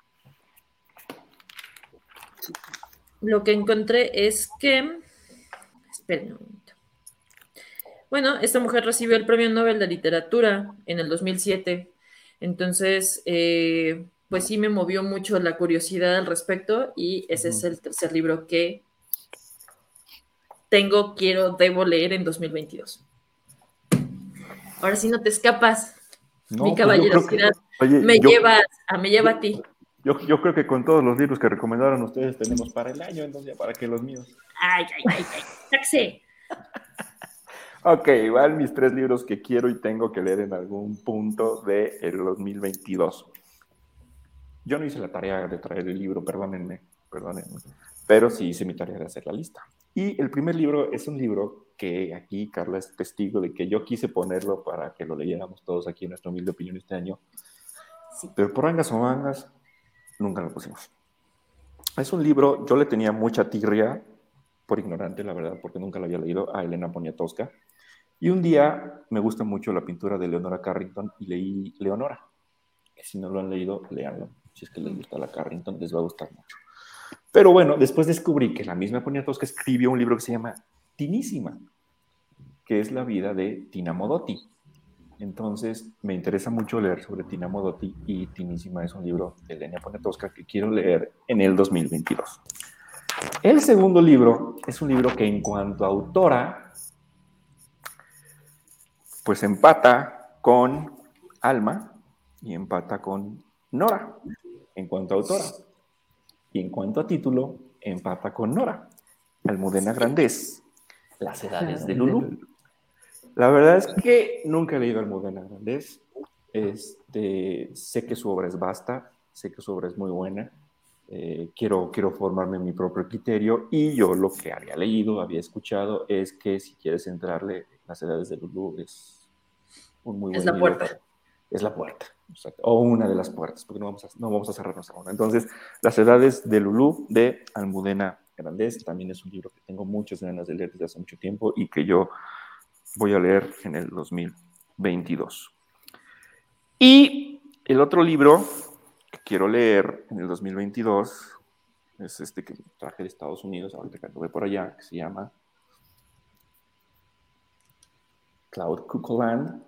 lo que encontré es que... Esperen un momento. Bueno, esta mujer recibió el Premio Nobel de Literatura en el 2007. Entonces, pues sí me movió mucho la curiosidad al respecto y ese es el tercer libro que debo leer en 2022. Ahora sí no te escapas, no, mi caballerosidad. Me lleva a ti. Yo creo que con todos los libros que recomendaron ustedes tenemos para el año, entonces ya para que los míos. Ay, taxi. Ok, van mis 3 libros que quiero y tengo que leer en algún punto del 2022. Yo no hice la tarea de traer el libro, perdónenme, pero sí hice mi tarea de hacer la lista. Y el primer libro es un libro que aquí Carla es testigo de que yo quise ponerlo para que lo leyéramos todos aquí en nuestra humilde opinión este año, sí. Pero por angas o mangas nunca lo pusimos. Es un libro, yo le tenía mucha tirria, por ignorante la verdad, porque nunca lo había leído, a Elena Poniatowska. Y un día me gusta mucho la pintura de Leonora Carrington y leí Leonora. Que si no lo han leído, léanlo. Si es que les gusta la Carrington, les va a gustar mucho. Pero bueno, después descubrí que la misma Poniatowska escribió un libro que se llama Tinísima, que es la vida de Tina Modotti. Entonces, me interesa mucho leer sobre Tina Modotti y Tinísima es un libro de Elena Poniatowska que quiero leer en el 2022. El segundo libro es un libro que en cuanto a autora, pues empata con Alma y empata con Nora en cuanto a autora. Y en cuanto a título, empata con Nora. Almudena Grandes, Las edades de Lulú. La verdad es que nunca he leído a Almudena Grandes. Sé que su obra es vasta, sé que su obra es muy buena. Quiero formarme en mi propio criterio y yo lo que había leído, había escuchado es que si quieres entrarle, Las edades de Lulú es un muy buen libro. Es la puerta, o una de las puertas, porque no vamos a cerrarnos a una. Entonces, Las edades de Lulú de Almudena Grandes también es un libro que tengo muchas ganas de leer desde hace mucho tiempo y que yo voy a leer en el 2022. Y el otro libro que quiero leer en el 2022 es este que traje de Estados Unidos, ahorita que anduve por allá, que se llama Cloud Cuckoo Land,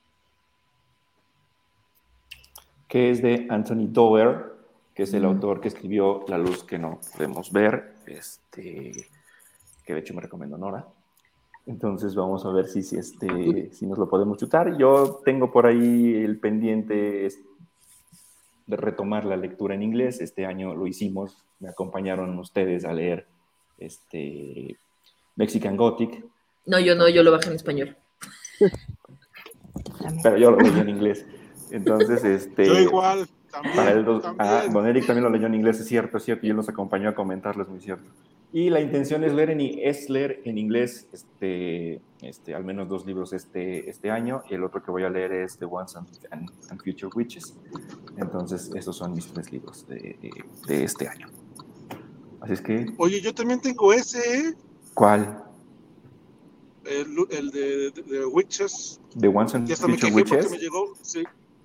que es de Anthony Doerr, que es el autor que escribió La luz que no podemos ver, que de hecho me recomendó Nora. Entonces vamos a ver si nos lo podemos chutar. Yo tengo por ahí el pendiente de retomar la lectura en inglés. Este año lo hicimos, me acompañaron ustedes a leer Mexican Gothic. No, yo lo bajé en español. Pero yo lo leí en inglés. Entonces, yo igual, también. Don Eric también lo leyó en inglés, es cierto, y él nos acompañó a comentarlo, es muy cierto. Y la intención es leer en inglés al menos 2 libros este año, y el otro que voy a leer es The Once and Future Witches. Entonces, esos son mis 3 libros de este año. Así es que... Oye, yo también tengo ese, ¿eh? ¿Cuál? El de Witches. The Once and Future Witches. Me llegó, sí.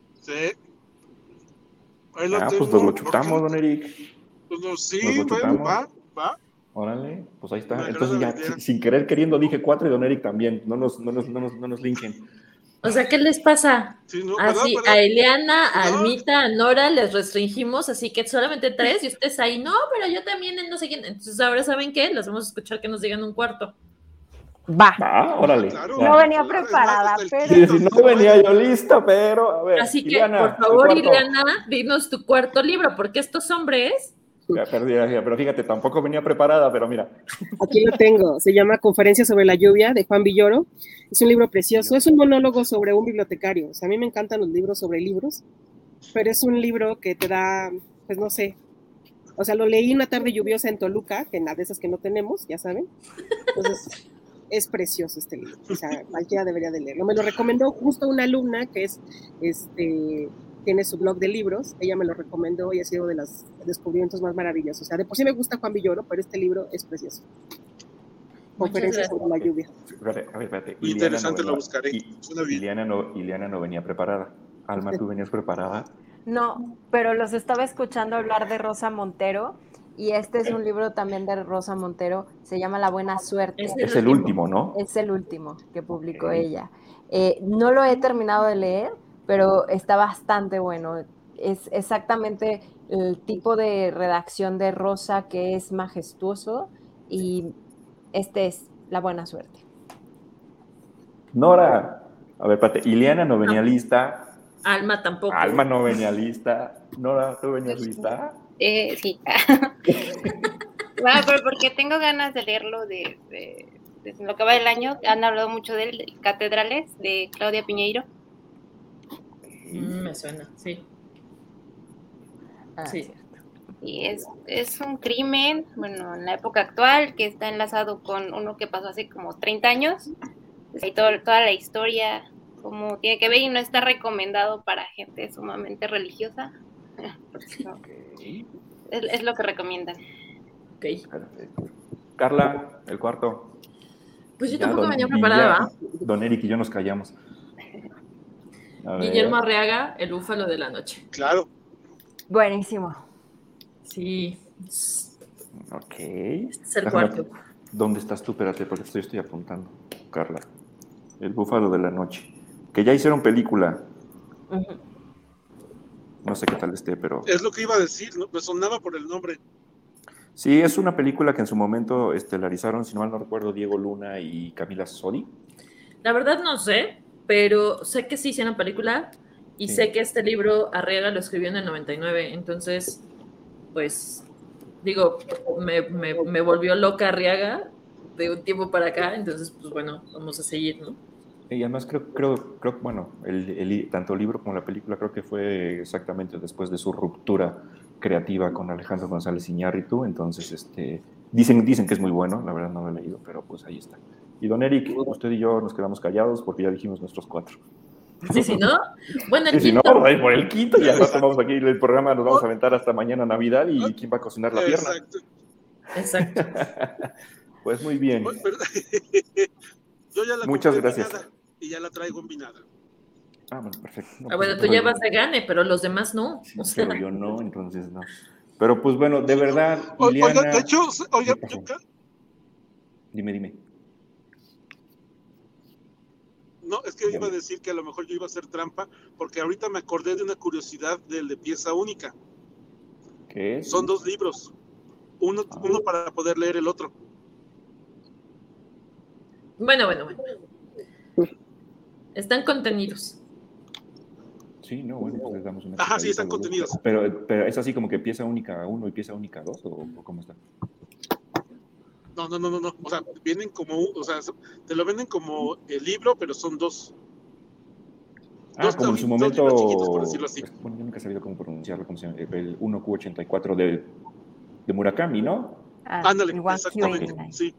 Ahí lo tengo. Pues lo chutamos, don Eric. Pues sí, va. Órale, pues ahí está. Entonces ya, sin querer queriendo, dije 4 y don Eric también. No nos linchen. O sea, ¿qué les pasa? Sí, no, así, perdón. A Eliana, a Almita, a Nora les restringimos, así que solamente 3 y ustedes ahí, no, pero yo también no sé quién. Entonces ahora, ¿saben qué? Los vamos a escuchar que nos digan un cuarto. Va. Órale. Claro. No venía preparada, pero... Sí, no venía yo lista, pero a ver. Así Ileana, que, por favor, Ileana, dinos tu cuarto libro, porque estos hombres... Ya perdí, pero fíjate, tampoco venía preparada, pero mira. Aquí lo tengo, se llama Conferencia sobre la lluvia, de Juan Villoro. Es un libro precioso, es un monólogo sobre un bibliotecario. O sea, a mí me encantan los libros sobre libros, pero es un libro que te da, pues no sé, O sea, lo leí una tarde lluviosa en Toluca, que en la de esas que no tenemos, ya saben. Entonces, es precioso este libro. O sea, cualquiera debería de leerlo. Me lo recomendó justo una alumna que es, tiene su blog de libros. Ella me lo recomendó y ha sido de los descubrimientos más maravillosos. O sea, de por sí me gusta Juan Villoro, pero este libro es precioso. Conferencias sobre la lluvia. Espérate. Muy interesante, lo buscaré. Ileana no venía preparada. Alma, ¿tú venías preparada? No, pero los estaba escuchando hablar de Rosa Montero y este es un libro también de Rosa Montero, se llama La Buena Suerte. Es el último, ¿no? Es el último que publicó ella. No lo he terminado de leer, pero está bastante bueno. Es exactamente el tipo de redacción de Rosa que es majestuoso y este es La Buena Suerte. Nora, a ver, espérate, Ileana no venía lista. Alma tampoco. Alma no venía lista. Nora, ¿tú venías lista? Sí. Bueno, pero porque tengo ganas de leerlo desde lo que va del año. Han hablado mucho de él, de Catedrales, de Claudia Piñeiro. Me suena, sí. Sí. Y es un crimen, bueno, en la época actual, que está enlazado con uno que pasó hace como 30 años. Hay toda la historia, cómo tiene que ver, y no está recomendado para gente sumamente religiosa. Es lo que recomiendan. Ok. Perfecto. Carla, el cuarto. Pues yo tampoco venía preparada. Don Eric y yo nos callamos. Guillermo Arriaga, El búfalo de la noche. Claro. Buenísimo. Sí. Ok. Es el cuarto. ¿Dónde estás tú? Espérate, porque estoy apuntando. Carla. El búfalo de la noche. Que ya hicieron película. Uh-huh. No sé qué tal esté, pero... Es lo que iba a decir, ¿no? Me sonaba por el nombre. Sí, es una película que en su momento estelarizaron, si no mal no recuerdo, Diego Luna y Camila Sodi. La verdad no sé, pero sé que sí hicieron película y sé que este libro Arriaga lo escribió en el 99, entonces, pues, digo, me volvió loca Arriaga de un tiempo para acá, entonces, pues bueno, vamos a seguir, ¿no? Y además creo bueno, tanto el libro como la película creo que fue exactamente después de su ruptura creativa con Alejandro González Iñárritu, entonces dicen que es muy bueno, la verdad no lo he leído, pero pues ahí está. Y don Eric, usted y yo nos quedamos callados porque ya dijimos nuestros 4. Sí, si no, bueno, el quinto. Si no, por el quinto y al rato vamos aquí el programa, nos vamos a aventar hasta mañana Navidad y ¿quién va a cocinar la pierna? Exacto. Pues muy bien. Yo ya la Muchas gracias. Y ya la traigo combinada. Ah, bueno, perfecto. No, bueno, tú ya vas de gane, pero los demás no. Sí, pero yo no, entonces no. Pero pues bueno, de verdad, Ileana... Oiga, de hecho, Dime. No, es que iba a decir que a lo mejor yo iba a hacer trampa, porque ahorita me acordé de una curiosidad del de pieza única. ¿Qué es? Son 2 libros. Uno para poder leer el otro. Bueno. Están contenidos. Sí, no, bueno, pues les damos una... Ajá, sí, están contenidos. Pero es así como que pieza única 1 y pieza única 2, ¿o cómo está? No. O sea, vienen como, o sea, te lo venden como el libro, pero son 2. Como en su momento... Dos chiquitos, por decirlo así. Bueno, yo nunca he sabido cómo pronunciarlo, cómo se llama, el 1Q84 de Murakami, ¿no? Ándale, exactamente. Okay.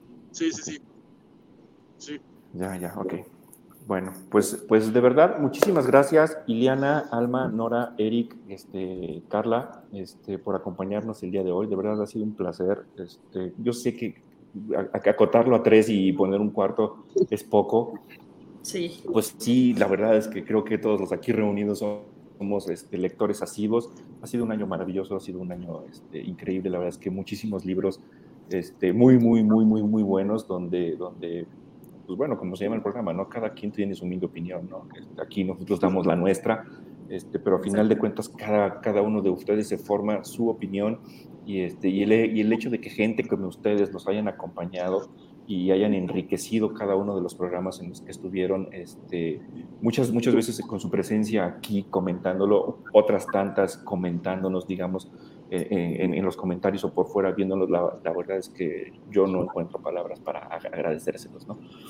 Sí. Ya, ok. Bueno, pues de verdad, muchísimas gracias, Ileana, Alma, Nora, Eric, Carla, por acompañarnos el día de hoy. De verdad ha sido un placer. Yo sé que acotarlo a 3 y poner un cuarto es poco. Sí. Pues sí, la verdad es que creo que todos los aquí reunidos somos lectores asiduos. Ha sido un año maravilloso, ha sido un año increíble. La verdad es que muchísimos libros muy buenos donde pues bueno, como se llama el programa, ¿no? Cada quien tiene su humilde opinión, ¿no? Aquí nosotros damos la nuestra, pero al final de cuentas cada uno de ustedes se forma su opinión y el hecho de que gente como ustedes los hayan acompañado y hayan enriquecido cada uno de los programas en los que estuvieron, muchas veces con su presencia aquí comentándolo, otras tantas comentándonos, digamos, en los comentarios o por fuera viéndolos, la verdad es que yo no encuentro palabras para agradecérselos, ¿no?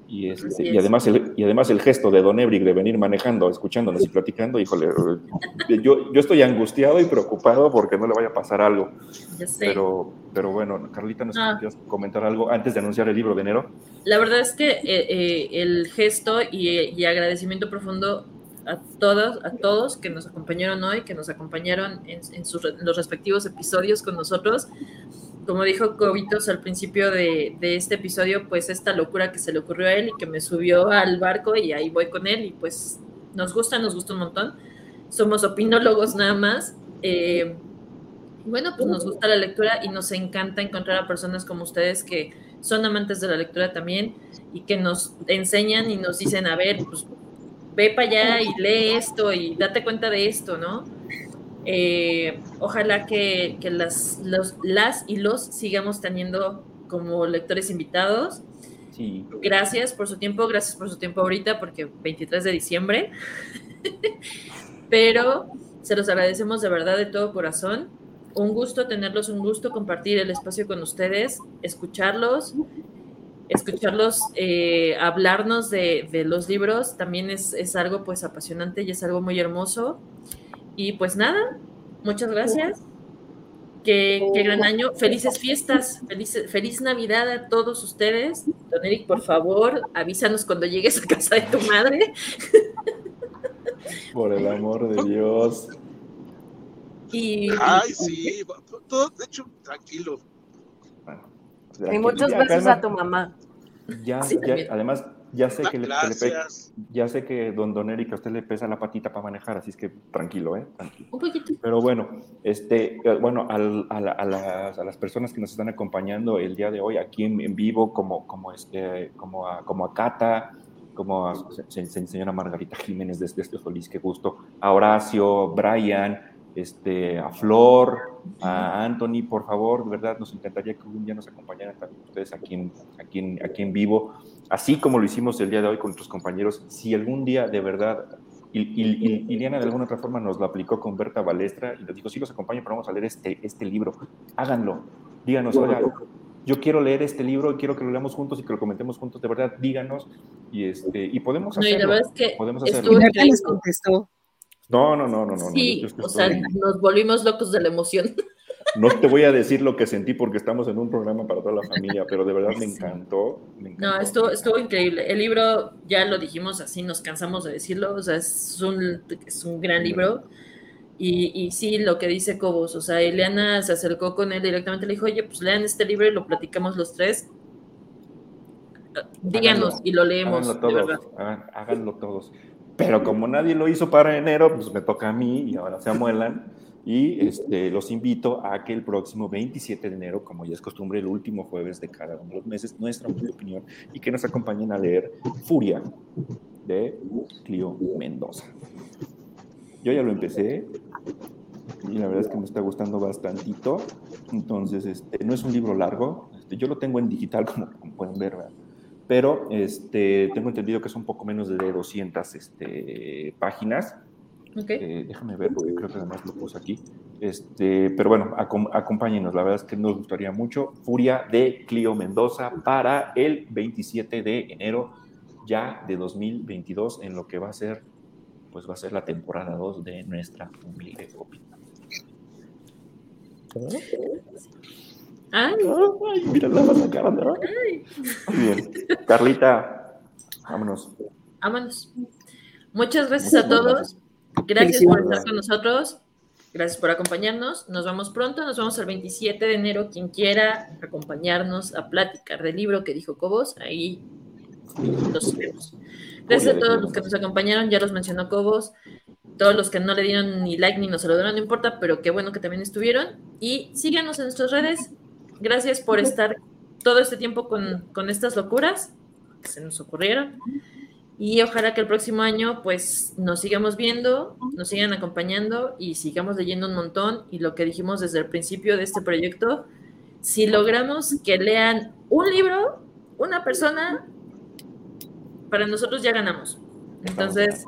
Y además el gesto de Don Ebrick de venir manejando, escuchándonos y platicando, híjole, yo estoy angustiado y preocupado porque no le vaya a pasar algo. Ya sé. Pero bueno, Carlita, ¿nos quieres comentar algo antes de anunciar el libro de enero? La verdad es que el gesto y agradecimiento profundo a todos que nos acompañaron hoy, que nos acompañaron en los respectivos episodios con nosotros. Como dijo Cobitos al principio de este episodio, pues esta locura que se le ocurrió a él y que me subió al barco y ahí voy con él y pues nos gusta un montón. Somos opinólogos nada más. Bueno, pues nos gusta la lectura y nos encanta encontrar a personas como ustedes que son amantes de la lectura también y que nos enseñan y nos dicen, a ver, pues ve para allá y lee esto y date cuenta de esto, ¿no? Ojalá que las y los sigamos teniendo como lectores invitados. Sí. Gracias por su tiempo ahorita, porque 23 de diciembre. Pero se los agradecemos de verdad de todo corazón. Un gusto tenerlos, un gusto compartir el espacio con ustedes, escucharlos, hablarnos de los libros, también es algo pues apasionante y es algo muy hermoso. Y pues nada, muchas gracias. Qué gran año. Felices fiestas, feliz Navidad a todos ustedes. Don Eric, por favor, avísanos cuando llegues a casa de tu madre. Por el amor de Dios. Ay, sí, todo, de hecho, tranquilo. Bueno, y muchos besos a tu mamá. Además, ya sé que Gracias. ya sé que don Eric a usted le pesa la patita para manejar, así es que tranquilo, tranquilo. Un poquito. Pero bueno, a las personas que nos están acompañando el día de hoy aquí en vivo, como a Cata, como a señora Margarita Jiménez desde Solís, qué gusto, a Horacio, Brian, a Flor, a Anthony, por favor, de verdad nos encantaría que un día nos acompañaran también ustedes aquí en vivo, así como lo hicimos el día de hoy con nuestros compañeros. Si algún día de verdad, y Liliana de alguna otra forma nos lo aplicó con Berta Balestra y nos dijo, sí los acompaño, pero vamos a leer este libro, háganlo, díganos, oiga, yo quiero leer este libro, quiero que lo leamos juntos y que lo comentemos juntos, de verdad, díganos, y podemos hacerlo. No, y la verdad es que podemos hacerlo. Y Berta les contestó. No. Sí, nos volvimos locos de la emoción. No te voy a decir lo que sentí porque estamos en un programa para toda la familia, pero de verdad me encantó. No, estuvo increíble. El libro, ya lo dijimos así, nos cansamos de decirlo, o sea, es un gran libro. Y sí, lo que dice Cobos, o sea, Eliana se acercó con él directamente, le dijo, oye, pues lean este libro y lo platicamos los tres. Díganos y lo leemos. Háganlo todos. Pero como nadie lo hizo para enero, pues me toca a mí y ahora se amuelan. Y los invito a que el próximo 27 de enero, como ya es costumbre, el último jueves de cada uno de los meses, nuestra opinión, y que nos acompañen a leer Furia de Clio Mendoza. Yo ya lo empecé y la verdad es que me está gustando bastantito. Entonces, no es un libro largo. Yo lo tengo en digital, como pueden ver, ¿verdad? Pero tengo entendido que son un poco menos de 200 páginas. Okay. Déjame ver, porque creo que además lo puse aquí. Pero bueno, acompáñenos, la verdad es que nos gustaría mucho. Furia de Clio Mendoza para el 27 de enero ya de 2022, en lo que va a ser la temporada 2 de nuestra humilde opinión. Ay, mira la cara, ¿no? Muy bien. Carlita, vámonos. Muchas gracias a todos. Gracias por estar con nosotros. Gracias por acompañarnos. Nos vemos pronto. Nos vemos el 27 de enero. Quien quiera acompañarnos a platicar del libro que dijo Cobos, ahí los vemos. Gracias a todos los que nos acompañaron. Ya los mencionó Cobos. Todos los que no le dieron ni like ni nos saludaron, no importa, pero qué bueno que también estuvieron. Y síganos en nuestras redes. Gracias por estar todo este tiempo con estas locuras que se nos ocurrieron. Y ojalá que el próximo año pues nos sigamos viendo, nos sigan acompañando y sigamos leyendo un montón. Y lo que dijimos desde el principio de este proyecto, si logramos que lean un libro, una persona, para nosotros ya ganamos. Entonces,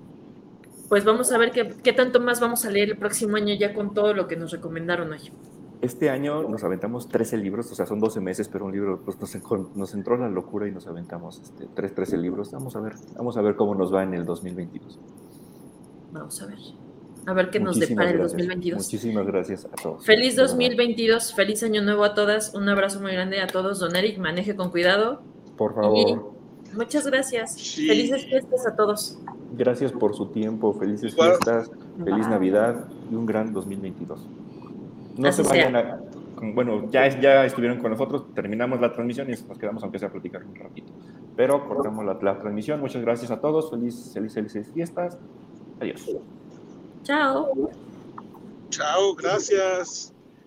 pues vamos a ver qué tanto más vamos a leer el próximo año ya con todo lo que nos recomendaron hoy. Este año nos aventamos 13 libros, o sea, son 12 meses, pero un libro, pues nos entró la locura y nos aventamos 13 libros. Vamos a ver cómo nos va en el 2022. Vamos a ver qué nos depara el 2022. Muchísimas gracias a todos. Feliz 2022, feliz año nuevo a todas, un abrazo muy grande a todos. Don Eric, maneje con cuidado. Por favor. Y muchas gracias. Sí. Felices fiestas a todos. Gracias por su tiempo, felices fiestas, feliz Navidad y un gran 2022. No Así se vayan bueno, ya estuvieron con nosotros, terminamos la transmisión y nos quedamos aunque sea a platicar un ratito. Pero cortamos la transmisión. Muchas gracias a todos, felices fiestas. Adiós. Chao. Chao, gracias.